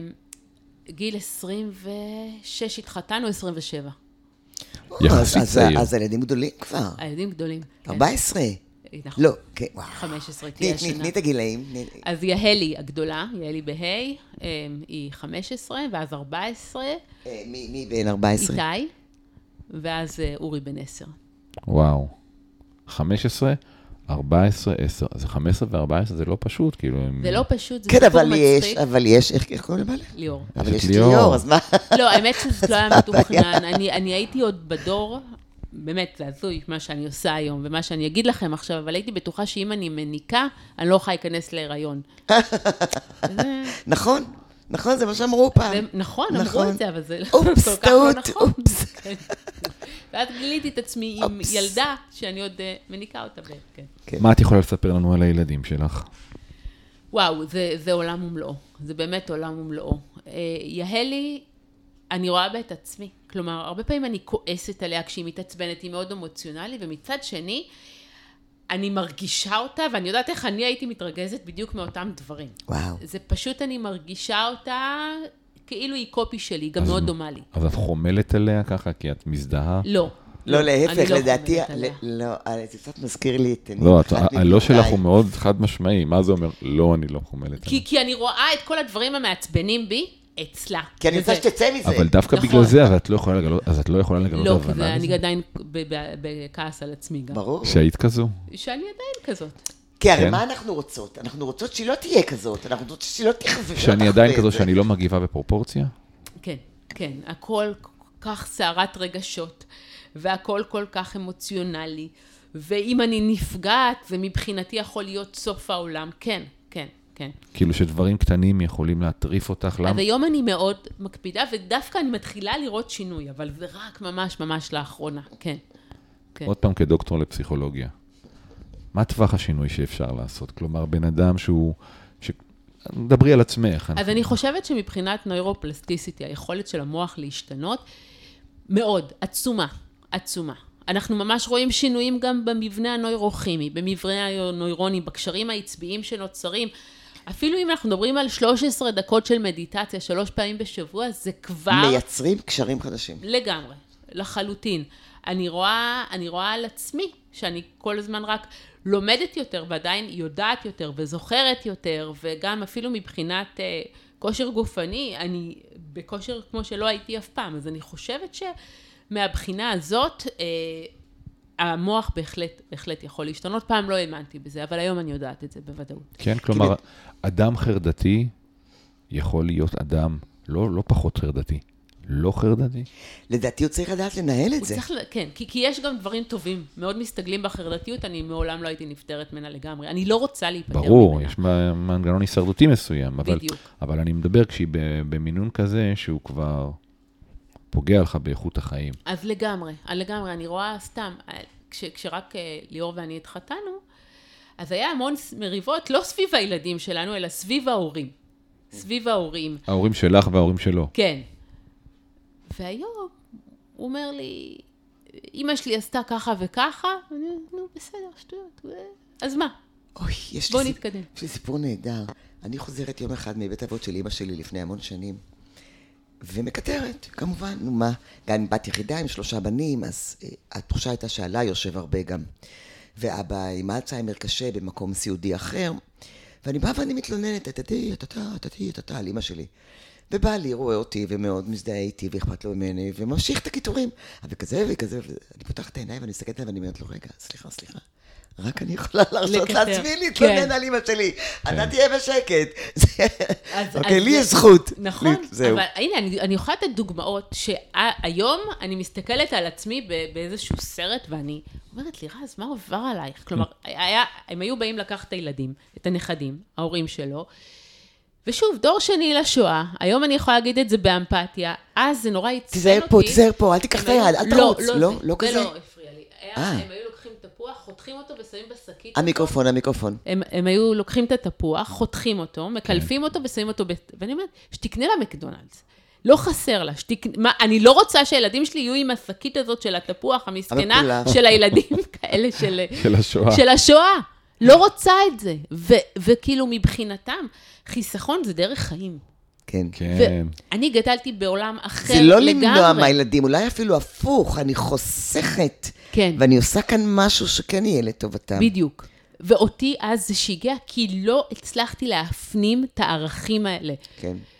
גיל עשרים ושש התחתנו, עשרים ושבע. יחסית אז- אז- צעיר. אז הילדים גדולים כבר. הילדים גדולים. כן. ארבע עשרה. נכון. לא, כן, וואו. חמש עשרה תני, תהיה תני, השנה. תני את הגילאים. תני- אז יהלי הגדולה, יהלי בה', אה, היא חמש עשרה, ואז ארבע עשרה, אה, מי מי בן ארבע עשרה? איתי, ואז אה, אורי בן עשר. וואו. חמש עשרה, ארבע עשרה, עשר. אז חמש עשרה ו-ארבע עשרה זה לא פשוט, כאילו... זה לא פשוט, זה כן, סיפור אבל מצחיק. יש, אבל יש, איך קוראים לבעלה? ליאור. אבל יש את ליאור. ליאור, אז מה? לא, האמת שזה לא היה מתוכנן. אני, אני הייתי עוד בדור, באמת, זה הזוי מה שאני עושה היום, ומה שאני אגיד לכם עכשיו, אבל הייתי בטוחה שאם אני מניקה, אני לא יכולה להיכנס להיריון. וזה- נכון, נכון, זה מה שאמרו פעם. זה- נכון, אמרו נכון. את זה, אבל זה אופס, כל כך לא טעות, נכון. אופס. כן. ואז גיליתי את עצמי עם אופס. ילדה, שאני עוד אה, מניקה אותה. ב- כן. מה את יכולה לספר לנו על הילדים שלך? וואו, זה, זה עולם ומלואו. זה באמת עולם ומלואו. אה, יהלי, אני רואה בה את עצמי. כלומר, הרבה פעמים אני כועסת עליה כשהיא מתעצבנת, היא מאוד אמוציונלית, ומצד שני, אני מרגישה אותה, ואני יודעת איך אני הייתי מתרגזת בדיוק מאותם דברים. וואו. זה פשוט, אני מרגישה אותה כאילו היא קופי שלי, היא גם אז מאוד מה? דומה לי. אז את חומלת עליה ככה, כי את מזדהה? לא. לא, אני להפך, לא לדעתי, חומלת עליה. ל- לא, זה קצת מזכיר לי את... לא, את- אחת הלא שלך מבנותיי. הוא מאוד חד משמעי. מה זה אומר? לא, אני לא חומלת עליה. כי, כי אני רואה את כל הדברים המעצבנים בי אצלה. כי אני רוצה וזה- שתצא מזה. אבל דווקא נכון. בגלל זה, אבל את לא יכולה לגלות, אז את לא יכולה לגלות לא, כי הבנה זה- אני לזה? עדיין ב- ב- בכעס על עצמי גם. ברור. שהיית כזו? שאני עדיין כזאת. כי הרי כן. מה אנחנו רוצות? אנחנו רוצות שהיא לא תהיה כזאת, אנחנו רוצות שהיא לא תחווה. שאני עדיין כזו שאני לא מגיבה בפרופורציה? כן, כן. הכל כל כך סערת רגשות, והכל כל כך אמוציונלי, ואם אני נפגעת, זה מבחינתי יכול להיות סוף העולם. כן, כן, כן. כאילו שדברים קטנים יכולים להטריף אותך, למה? אז היום אני מאוד מקפידה, ודווקא אני מתחילה לראות שינוי, אבל זה רק ממש ממש לאחרונה, כן. כן. עוד פעם כדוקטור לפסיכולוגיה. מה טווח השינוי שאפשר לעשות? כלומר, בן אדם שהוא... ש... דברי על עצמך. אז אני חושבת שמבחינת נוירופלסטיסיטי, היכולת של המוח להשתנות, מאוד, עצומה, עצומה. אנחנו ממש רואים שינויים גם במבנה הנוירוכימי, במבנה הנוירוני, בקשרים העצביים שנוצרים. אפילו אם אנחנו מדברים על שלוש עשרה דקות של מדיטציה, שלוש פעמים בשבוע, זה כבר... מייצרים קשרים חדשים. לגמרי, לחלוטין. אני רואה, אני רואה על עצמי שאני כל הזמן רק לומדת יותר ועדיין יודעת יותר וזוכרת יותר, וגם אפילו מבחינת אה, כושר גופני, אני בכושר כמו שלא הייתי אף פעם, אז אני חושבת שמהבחינה הזאת, אה, המוח בהחלט, בהחלט יכול להשתנות. פעם לא האמנתי בזה, אבל היום אני יודעת את זה בוודאות. כן, כלומר, אדם חרדתי יכול להיות אדם לא, לא פחות חרדתי. לא חרדתי? לדעתי הוא צריך לדעת לנהל את הוא זה. צריך, כן, כי, כי יש גם דברים טובים, מאוד מסתגלים בחרדתיות, אני מעולם לא הייתי נפטרת ממנה לגמרי. אני לא רוצה להיפטר ממנה. ברור, יש מנגנון הישרדותי מסוים, אבל, בדיוק. אבל אני מדבר כשהיא במינון כזה שהוא כבר פוגע לך באיכות החיים. אז לגמרי, לגמרי, אני רואה סתם, כש, כשרק ליאור ואני התחתנו, אז היה המון מריבות, לא סביב הילדים שלנו, אלא סביב ההורים. סביב ההורים. ההורים שלך וההורים שלו. כן. והיום הוא אומר לי, אמא שלי עשתה ככה וככה, ואני אומרת, נו, בסדר, שטויות, ו... אז מה? אוי, יש בוא לי, נתקדם. יש לי סיפור נהדר. אני חוזרת יום אחד מבית אבות של אמא שלי לפני המון שנים, ומקטרת, כמובן, נו מה, גם עם בת יחידה, עם שלושה בנים, אז אה, התחושה הייתה שעלה יושב הרבה גם. ואבא עם אלצהיימר קשה במקום סיעודי אחר, ואני באה ואני מתלוננת, תתי, תתה, תתי, תתה, על אמא שלי. ובעלי רואה אותי ומאוד מזדהה איתי ואכפת לו ממני, וממשיך את הכיתורים. וכזה וכזה, ואני פותחת את העיניים ואני מסתכלת עליו ואני אומרת לו, רגע, סליחה, סליחה. רק אני יכולה להרשות לקטר. לעצמי להתלונן כן. על אמא שלי. אתה תהיה בשקט. זה- אז- אוקיי, אז לי זה- יש זכות. נכון, לי- זהו. אבל הנה, אני, אני יכולה לתת דוגמאות שהיום אני מסתכלת על עצמי ב- באיזשהו סרט, ואני אומרת לי, רז, מה עובר עלייך? כלומר, היה, הם היו באים לקחת את הילדים, את הנכדים, ההורים שלו, ושוב, דור שני לשואה, היום אני יכולה להגיד את זה באמפתיה, אז זה נורא עצבן אותי. תיזהר פה, תיזהר פה, אל תיקח הם את היד, היו- אל תרוץ. לא, זה- לא כזה. זה לא הפריע לי. היה- אה. הם היו לוקחים תפוח, חותכים אותו ושמים בשקית. המיקרופון, המיקרופון. הם, הם היו לוקחים את התפוח, חותכים אותו, מקלפים אותו ושמים אותו, ב... ואני אומרת, שתקנה לה מקדונלדס. לא חסר לה, שתק... מה, אני לא רוצה שהילדים שלי יהיו עם השקית הזאת של התפוח, המסכנה המקולה. של הילדים כאלה של, של השואה. של השואה. לא רוצה את זה. ו, וכאילו מבחינתם, חיסכון זה דרך חיים. כן. כן. ואני גדלתי בעולם אחר זה לא לגמרי. למנוע מהילדים, אולי אפילו הפוך, אני חוסכת. כן. ואני עושה כאן משהו שכן יהיה לטובתם. בדיוק. ואותי אז זה שיגע, כי לא הצלחתי להפנים את הערכים האלה. כן.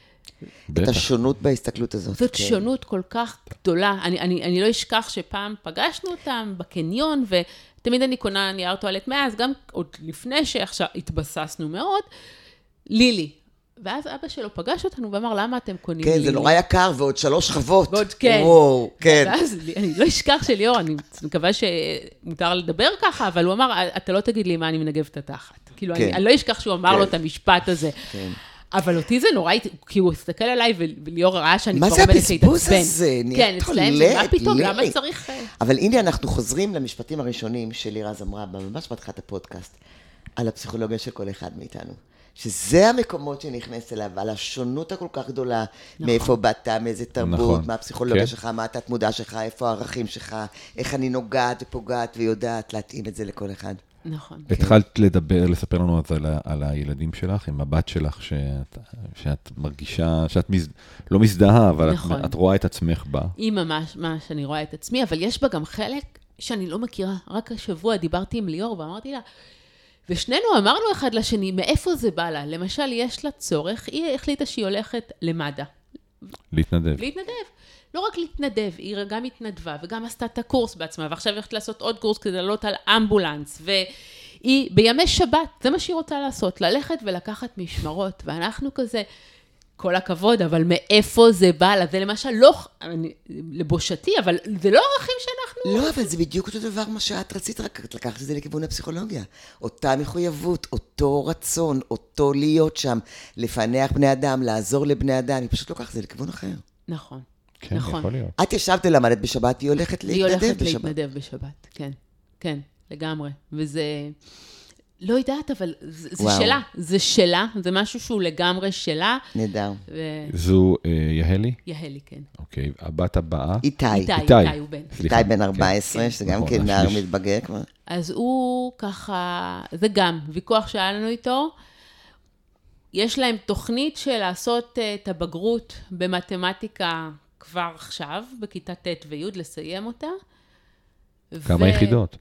את השונות בהסתכלות הזאת. זאת שונות כל כך גדולה. אני, אני, אני לא אשכח שפעם פגשנו אותם בקניון, ותמיד אני קונה נייר טואלט מאז, גם עוד לפני שעכשיו התבססנו מאוד, לילי. ואז אבא שלו פגש אותנו ואמר, למה אתם קונים לילי? כן, זה נורא יקר, ועוד שלוש חוות. ועוד כן. וואו, כן. ואז אני לא אשכח שליאור, אני מקווה שמותר לדבר ככה, אבל הוא אמר, אתה לא תגיד לי מה אני מנגב את התחת. כאילו, אני, אני לא אשכח שהוא אמר לו את המשפט הזה. כן. אבל אותי זה נורא, כי הוא הסתכל עליי, וליאור ראה שאני כבר עומדת להתעצבן. מה זה הבזבוז הזה? כן, אצלם זה מה פתאום, למה צריך... אבל הנה אנחנו חוזרים למשפטים הראשונים של לירז אמרה, ממש בתחילת הפודקאסט, על הפסיכולוגיה של כל אחד מאיתנו. שזה המקומות שנכנס אליו, על השונות הכל כך גדולה, מאיפה באת, מאיזה תרבות, מה הפסיכולוגיה שלך, מה התת מודע שלך, איפה הערכים שלך, איך אני נוגעת ופוגעת ויודעת להתאים את זה לכל אחד. נכון. התחלת לדבר, לספר לנו על, על הילדים שלך, עם הבת שלך, שאת, שאת מרגישה, שאת מז, לא מזדהה, אבל נכון. את, את רואה את עצמך בה. היא ממש, ממש, אני רואה את עצמי, אבל יש בה גם חלק שאני לא מכירה. רק השבוע דיברתי עם ליאור ואמרתי לה, ושנינו אמרנו אחד לשני, מאיפה זה בא לה? למשל, יש לה צורך, היא החליטה שהיא הולכת למד"א. להתנדב. להתנדב. לא רק להתנדב, היא גם התנדבה, וגם עשתה את הקורס בעצמה, ועכשיו הולכת לעשות עוד קורס כדי לעלות על אמבולנס, והיא בימי שבת, זה מה שהיא רוצה לעשות, ללכת ולקחת משמרות, ואנחנו כזה, כל הכבוד, אבל מאיפה זה בא לה? זה למשל לא, אני, לבושתי, אבל זה לא ערכים שאנחנו... לא, אבל זה בדיוק אותו דבר מה שאת רצית, רק לקחת את זה לכיוון הפסיכולוגיה. אותה מחויבות, אותו רצון, אותו להיות שם, לפענח בני אדם, לעזור לבני אדם, היא פשוט לוקחת את זה לכיוון אחר. נכון. כן, נכון. יכול להיות. את ישבת ולמדת בשבת, היא הולכת להתנדב בשבת. היא הולכת להתנדב בשבת, כן. כן, לגמרי. וזה... לא יודעת, אבל זה, זה שלה, זה שלה, זה משהו שהוא לגמרי שלה. נהדר. ו... זו אה, יהלי? יהלי, כן. אוקיי, הבת הבאה? איתי. איתי, איתי, איתי הוא בן. איתי בן ארבע עשרה, כן. שזה גם נכון, כן נער מתבגר כבר. אז הוא ככה, זה גם ויכוח שהיה לנו איתו, יש להם תוכנית של לעשות את הבגרות במתמטיקה כבר עכשיו, בכיתה ט' וי' לסיים אותה. כמה ו... יחידות?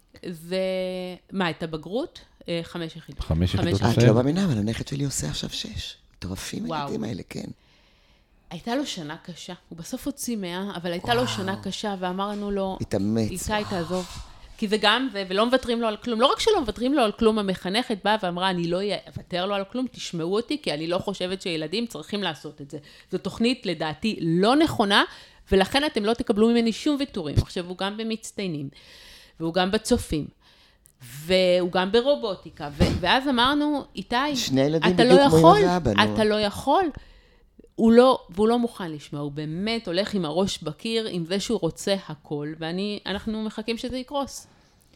ומה, את הבגרות? חמש יחידות. חמש יחידות. את לא מאמינה, אבל הנכד שלי עושה עכשיו שש. מטורפים הילדים האלה, כן. הייתה לו שנה קשה. הוא בסוף הוציא מאה, אבל הייתה לו שנה קשה, ואמרנו לו, התאמץ. איתי תעזוב. כי זה גם זה, ולא מוותרים לו על כלום. לא רק שלא מוותרים לו על כלום, המחנכת באה ואמרה, אני לא אוותר לו על כלום, תשמעו אותי, כי אני לא חושבת שילדים צריכים לעשות את זה. זו תוכנית, לדעתי, לא נכונה, ולכן אתם לא תקבלו ממני שום ויתורים. עכשיו, הוא גם במצטיינים, והוא גם בצופים. והוא גם ברובוטיקה, ו- ואז אמרנו, איתי, אתה לא יכול, אתה לא יכול, הוא לא, והוא לא מוכן לשמוע, הוא באמת הולך עם הראש בקיר, עם זה שהוא רוצה הכל, ואנחנו מחכים שזה יקרוס.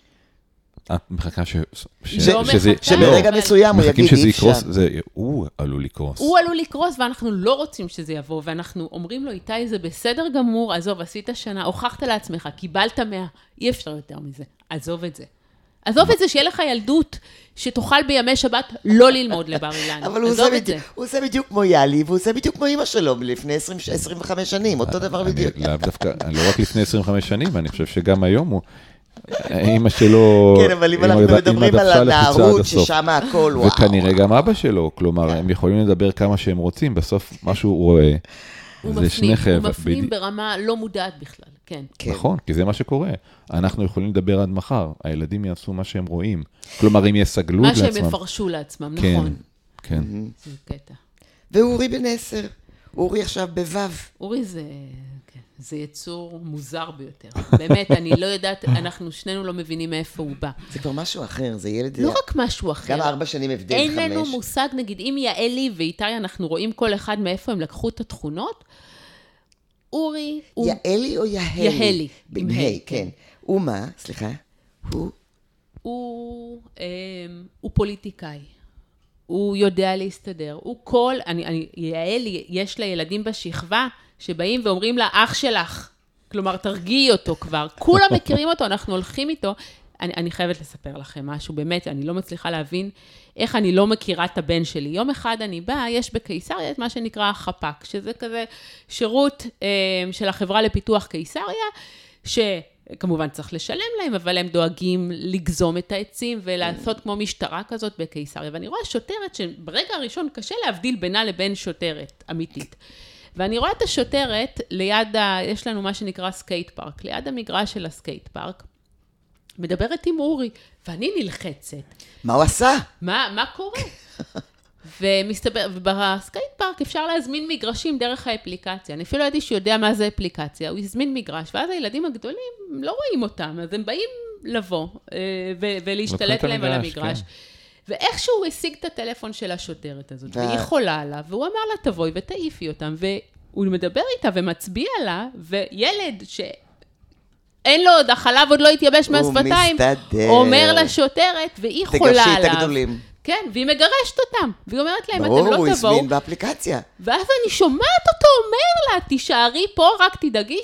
את מחכה ש... שברגע מסוים הוא יגיד אי אפשר. הוא עלול לקרוס. הוא עלול לקרוס, ואנחנו לא רוצים שזה יבוא, ואנחנו אומרים לו, איתי, זה בסדר גמור, עזוב, עשית שנה, הוכחת לעצמך, קיבלת מאה, אי אפשר יותר מזה, עזוב את זה. עזוב את זה, שיהיה לך ילדות, שתוכל בימי שבת לא ללמוד לבר אילן. אבל הוא עושה בדיוק כמו יאלי, והוא עושה בדיוק כמו אמא שלו, לפני עשרים וחמש שנים, אותו דבר בדיוק. לאו דווקא, לא רק לפני עשרים וחמש שנים, אני חושב שגם היום הוא, אמא שלו, כן, אבל אם אנחנו מדברים על הנערות, ששם הכל, וואו. וכנראה גם אבא שלו, כלומר, הם יכולים לדבר כמה שהם רוצים, בסוף משהו הוא רואה. הוא מפנים, הוא מפנים ברמה לא מודעת בכלל, כן. נכון, כי זה מה שקורה. אנחנו יכולים לדבר עד מחר, הילדים יעשו מה שהם רואים. כלומר, אם יסגלו לעצמם. מה שהם יפרשו לעצמם, נכון. כן, כן. זה קטע. ואורי בן עשר, אורי עכשיו בוו. אורי זה, כן, זה יצור מוזר ביותר. באמת, אני לא יודעת, אנחנו שנינו לא מבינים מאיפה הוא בא. זה כבר משהו אחר, זה ילד... לא רק משהו אחר. גם ארבע שנים הבדל חמש. אין לנו מושג, נגיד, אם יעלי ואיתי, אנחנו רואים כל אחד מאיפה הם לקחו את התכונות. אורי הוא... יעלי או יהלי? יהלי. עם ה', כן. הוא מה? סליחה? הוא? הוא, הוא פוליטיקאי. הוא יודע להסתדר. הוא כל... אני, אני, יעלי, יש לה ילדים בשכבה שבאים ואומרים לה, אח שלך. כלומר, תרגיעי אותו כבר. כולם מכירים אותו, אנחנו הולכים איתו. אני, אני חייבת לספר לכם משהו, באמת, אני לא מצליחה להבין איך אני לא מכירה את הבן שלי. יום אחד אני באה, יש בקיסריה את מה שנקרא חפ"ק, שזה כזה שירות אה, של החברה לפיתוח קיסריה, ש... כמובן צריך לשלם להם, אבל הם דואגים לגזום את העצים ולעשות כמו משטרה כזאת בקיסריה. ואני רואה שוטרת שברגע הראשון קשה להבדיל בינה לבין שוטרת אמיתית. ואני רואה את השוטרת ליד, ה... יש לנו מה שנקרא סקייט פארק, ליד המגרש של הסקייט פארק, מדברת עם אורי, ואני נלחצת. מה הוא עשה? מה, מה קורה? ומסתבר, ובסקייט פארק אפשר להזמין מגרשים דרך האפליקציה. אני אפילו ידעתי שהוא יודע מה זה אפליקציה, הוא הזמין מגרש, ואז הילדים הגדולים לא רואים אותם, אז הם באים לבוא ו- ולהשתלט להם על המגרש. כן. ואיכשהו הוא השיג את הטלפון של השוטרת הזאת, ו... והיא חולה עליו, והוא אמר לה, תבואי ותעיפי אותם, והוא מדבר איתה ומצביע לה, וילד ש... אין לו עוד, החלב עוד לא התייבש מהשפתיים, אומר לשוטרת, והיא חולה עליו. תגרשי את הגדולים. כן, והיא מגרשת אותם, והיא אומרת להם, ברור, אתם לא תבואו. ברור, הוא הזמין באפליקציה. ואז אני שומעת אותו אומר לה, תישארי פה, רק תדאגי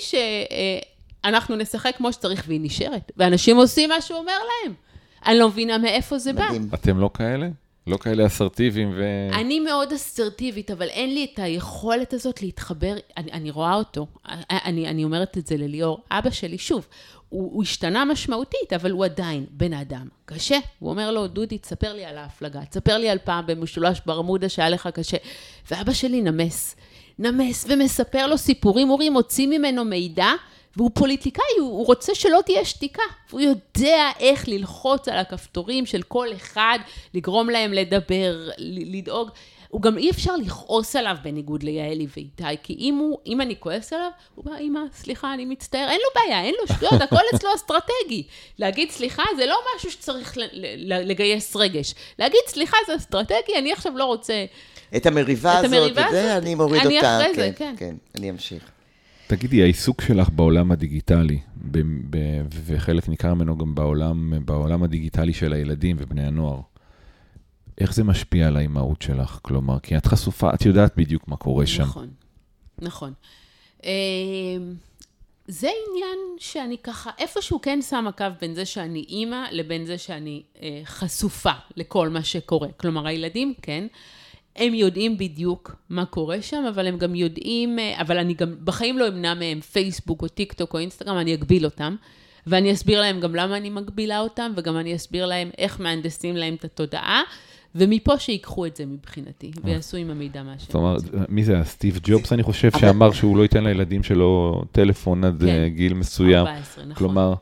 שאנחנו נשחק כמו שצריך, והיא נשארת. ואנשים עושים מה שהוא אומר להם. אני לא מבינה מאיפה זה בא. אתם לא כאלה? לא כאלה אסרטיביים ו... אני מאוד אסרטיבית, אבל אין לי את היכולת הזאת להתחבר, אני, אני רואה אותו, אני, אני אומרת את זה לליאור, אבא שלי, שוב, הוא, הוא השתנה משמעותית, אבל הוא עדיין בן אדם קשה. הוא אומר לו, דודי, תספר לי על ההפלגה, תספר לי על פעם במשולש ברמודה שהיה לך קשה. ואבא שלי נמס, נמס ומספר לו סיפורים, אורי מוציא ממנו מידע, והוא פוליטיקאי, הוא, הוא רוצה שלא תהיה שתיקה. הוא יודע איך ללחוץ על הכפתורים של כל אחד, לגרום להם לדבר, לדאוג. הוא גם אי אפשר לכעוס עליו בניגוד ליעלי ואיתי, כי אם, הוא, אם אני כועס עליו, הוא בא, אמא, סליחה, אני מצטער, אין לו בעיה, אין לו שטויות, הכל אצלו אסטרטגי. להגיד סליחה זה לא משהו שצריך לגייס רגש. להגיד סליחה זה אסטרטגי, אני עכשיו לא רוצה... את המריבה הזאת, את זה, אני מוריד אני אותה. אחרי כן, זה, כן. כן, אני אמשיך. תגידי, העיסוק שלך בעולם הדיגיטלי, ב- ב- וחלק ניכר ממנו גם בעולם, בעולם הדיגיטלי של הילדים ובני הנוער, איך זה משפיע על האימהות שלך? כלומר, כי את חשופה, את יודעת בדיוק מה קורה שם. נכון, נכון. זה עניין שאני ככה, איפשהו כן שמה קו בין זה שאני אימא, לבין זה שאני חשופה לכל מה שקורה. כלומר, הילדים, כן, הם יודעים בדיוק מה קורה שם, אבל הם גם יודעים, אבל אני גם בחיים לא אמנע מהם פייסבוק או טיק טוק או אינסטגרם, אני אגביל אותם, ואני אסביר להם גם למה אני מגבילה אותם, וגם אני אסביר להם איך מהנדסים להם את התודעה, ומפה שיקחו את זה מבחינתי, ויעשו עם המידע מה שהם. זאת אומרת, מי זה? סטיב ג'ובס, אני חושב, שאמר שהוא לא ייתן לילדים שלו טלפון עד גיל מסוים. ארבע עשרה, נכון. כלומר,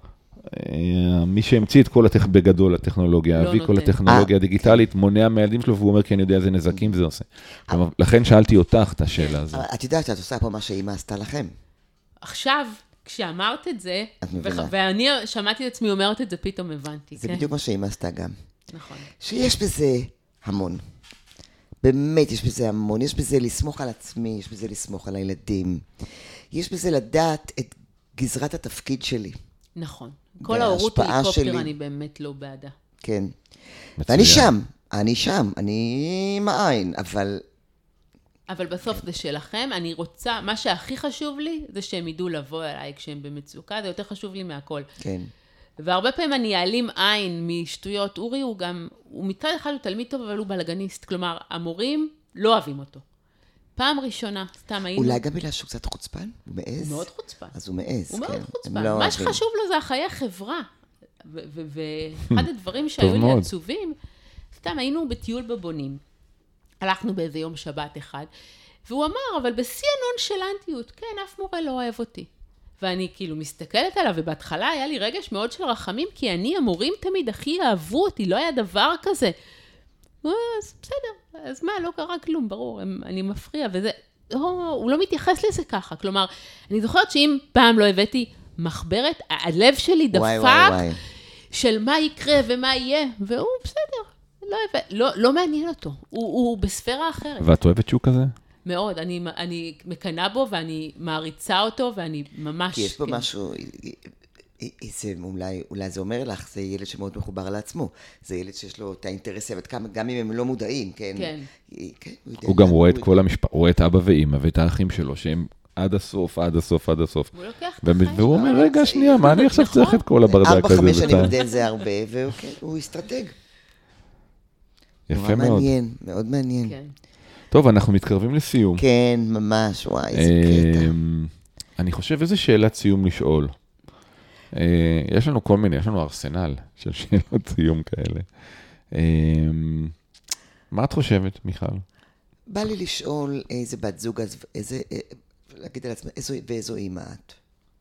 מי שהמציא את כל בגדול הטכנולוגיה, הביא כל הטכנולוגיה הדיגיטלית, מונע מהילדים שלו, והוא אומר, כי אני יודע איזה נזקים זה עושה. לכן שאלתי אותך את השאלה הזאת. את יודעת שאת עושה פה מה שאמא עשתה לכם. עכשיו, כשאמרת את זה, ואני שמעתי את עצמי אומרת את זה, פתאום הבנתי. זה בדיוק מה שאמא עשתה גם. נכון. שיש בזה המון. באמת יש בזה המון. יש בזה לסמוך על עצמי, יש בזה לסמוך על הילדים. יש בזה לדעת את גזרת התפקיד שלי. נכון. כל ההורות הליקופטר אני באמת לא בעדה. כן. ואני שם, אני שם, אני מעין, אבל... אבל בסוף זה שלכם, אני רוצה, מה שהכי חשוב לי, זה שהם ידעו לבוא אליי כשהם במצוקה, זה יותר חשוב לי מהכל. כן. והרבה פעמים אני אעלים עין משטויות. אורי הוא גם, הוא מצד אחד הוא תלמיד טוב, אבל הוא בלגניסט. כלומר, המורים לא אוהבים אותו. פעם ראשונה, סתם היינו... אולי גם בגלל שהוא קצת חוצפן? הוא מעז? הוא מאוד חוצפן. אז הוא מעז, הוא כן. מאוד חוצפן. מה שחשוב לו זה החיי החברה. ואחד הדברים שהיו לי עצובים, סתם היינו בטיול בבונים. הלכנו באיזה יום שבת אחד, והוא אמר, אבל בשיא הנונשלנטיות, כן, אף מורה לא אוהב אותי. ואני כאילו מסתכלת עליו, ובהתחלה היה לי רגש מאוד של רחמים, כי אני, המורים תמיד הכי אהבו אותי, לא היה דבר כזה. אז בסדר, אז מה, לא קרה כלום, ברור, אני מפריע, וזה, או, הוא לא מתייחס לזה ככה. כלומר, אני זוכרת שאם פעם לא הבאתי מחברת, הלב שלי דפק וואי, וואי, וואי. של מה יקרה ומה יהיה, והוא בסדר, לא, הבא, לא, לא מעניין אותו, הוא, הוא בספירה אחרת. ואת אוהבת שהוא כזה? מאוד, אני, אני מקנה בו ואני מעריצה אותו ואני ממש... כי יש פה כן. משהו, זה, אולי, אולי זה אומר לך, זה ילד שמאוד מחובר לעצמו, זה ילד שיש לו את האינטרסיה, גם אם הם לא מודעים, כן? כן. כן הוא, הוא גם רואה את כל המשפחה, הוא רואה את אבא ואמא ואת האחים שלו, שהם עד הסוף, עד הסוף, עד הסוף. הוא לוקח את החיים. והוא אומר, רגע, שנייה, מה אני עכשיו צריך את כל הברדק הזה? ארבע, חמש שנים הבדל זה הרבה, והוא אסטרטג. יפה מאוד. מעניין, מאוד מעניין. כן. טוב, אנחנו מתקרבים לסיום. כן, ממש, וואי, איזה קטע. אני חושב איזה שאלת סיום לשאול. יש לנו כל מיני, יש לנו ארסנל של שאלות סיום כאלה. מה את חושבת, מיכל? בא לי לשאול איזה בת זוג, איזה, להגיד על עצמי, ואיזו אימא את?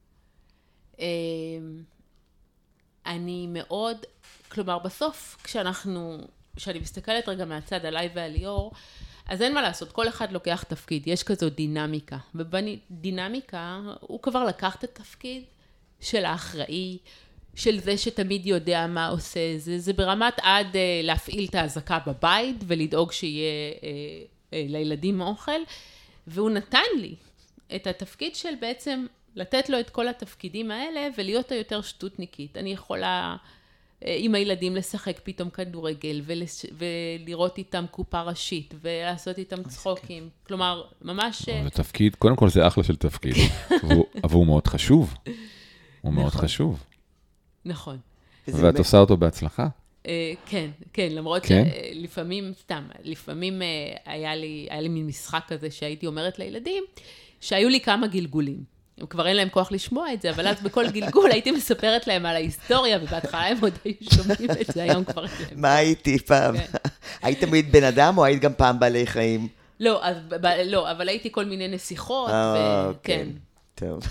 אני מאוד, כלומר, בסוף, כשאנחנו, כשאני מסתכלת רגע מהצד עליי ועל ליאור, אז אין מה לעשות, כל אחד לוקח תפקיד, יש כזו דינמיקה, ובדינמיקה הוא כבר לקח את התפקיד של האחראי, של זה שתמיד יודע מה עושה, זה, זה ברמת עד uh, להפעיל את ההזקה בבית, ולדאוג שיהיה uh, uh, לילדים אוכל, והוא נתן לי את התפקיד של בעצם לתת לו את כל התפקידים האלה, ולהיות היותר שטותניקית. אני יכולה uh, עם הילדים לשחק פתאום כדורגל, ולש, ולראות איתם קופה ראשית, ולעשות איתם צחוקים. כלומר, ממש... זה תפקיד, קודם כל זה אחלה של תפקיד, אבל הוא מאוד חשוב. הוא מאוד חשוב. נכון. ואת עושה אותו בהצלחה? כן, כן, למרות שלפעמים, סתם, לפעמים היה לי, היה לי מין משחק כזה שהייתי אומרת לילדים, שהיו לי כמה גלגולים. הם כבר אין להם כוח לשמוע את זה, אבל אז בכל גלגול הייתי מספרת להם על ההיסטוריה, ובהתחלה הם עוד היו שומעים את זה, היום כבר... מה הייתי פעם? היית תמיד בן אדם או היית גם פעם בעלי חיים? לא, לא, אבל הייתי כל מיני נסיכות, וכן. טוב.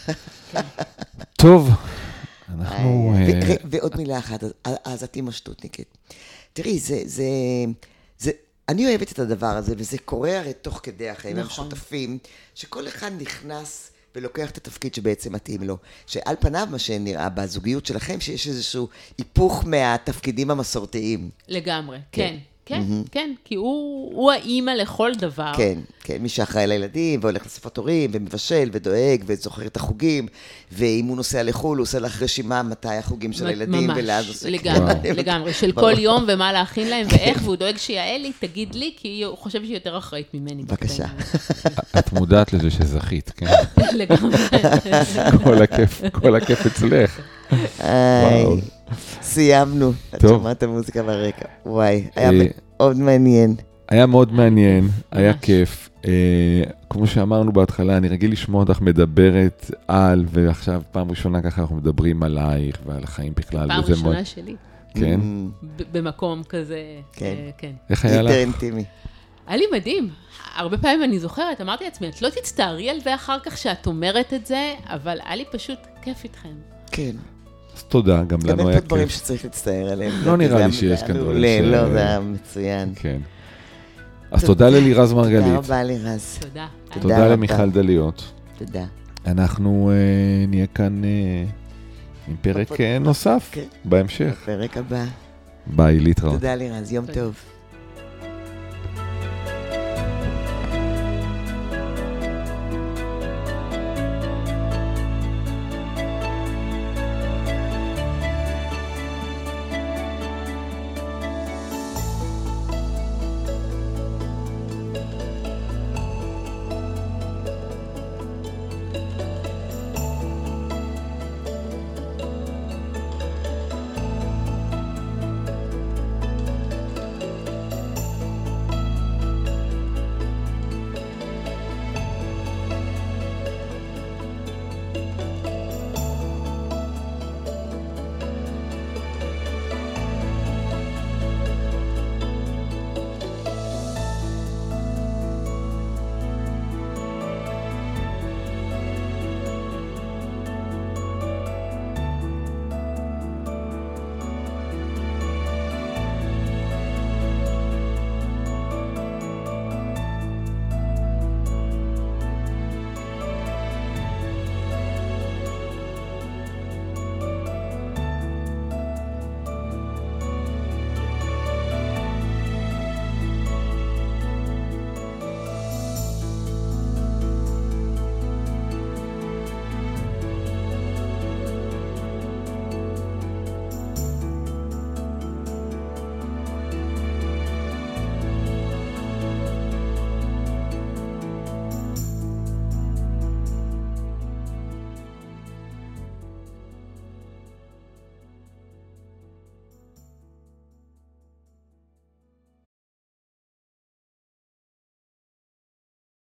טוב. אנחנו... ועוד מילה אחת, אז את אימא שטותניקית. תראי, זה... אני אוהבת את הדבר הזה, וזה קורה הרי תוך כדי החיים המשותפים, שכל אחד נכנס ולוקח את התפקיד שבעצם מתאים לו. שעל פניו מה שנראה בזוגיות שלכם, שיש איזשהו היפוך מהתפקידים המסורתיים. לגמרי, כן. כן, כן, כי הוא האימא לכל דבר. כן, כן, מי שאחראי לילדים, והולך לספת הורים, ומבשל, ודואג, וזוכר את החוגים, ואם הוא נוסע לחול, הוא עושה לך רשימה מתי החוגים של הילדים, ממש, לגמרי, לגמרי, של כל יום, ומה להכין להם, ואיך, והוא דואג שיעל לי, תגיד לי, כי הוא חושב שהיא יותר אחראית ממני. בבקשה. את מודעת לזה שזכית, כן? לגמרי. כל הכיף, כל הכיף אצלך. וואו. סיימנו. את שומעת המוזיקה ברקע. וואי, היה מאוד מעניין. היה מאוד מעניין, היה כיף. כמו שאמרנו בהתחלה, אני רגיל לשמוע אותך מדברת על, ועכשיו פעם ראשונה ככה אנחנו מדברים עלייך ועל החיים בכלל. פעם ראשונה שלי. כן? במקום כזה, כן. איך היה לך? יותר אינטימי. היה לי מדהים. הרבה פעמים אני זוכרת, אמרתי לעצמי, את לא תצטערי על זה אחר כך שאת אומרת את זה, אבל היה לי פשוט כיף איתכם. כן. אז תודה, גם לנו היה כיף. גם אין פה דברים שצריך להצטער עליהם. לא נראה לי שיש כאן דברים ש... לא, זה היה מצוין. כן. אז תודה ללירז מרגלית. תודה רבה לירז. תודה. תודה למיכל דליות. תודה. אנחנו נהיה כאן עם פרק נוסף בהמשך. בפרק הבא. ביי, להתראות. תודה לירז, יום טוב.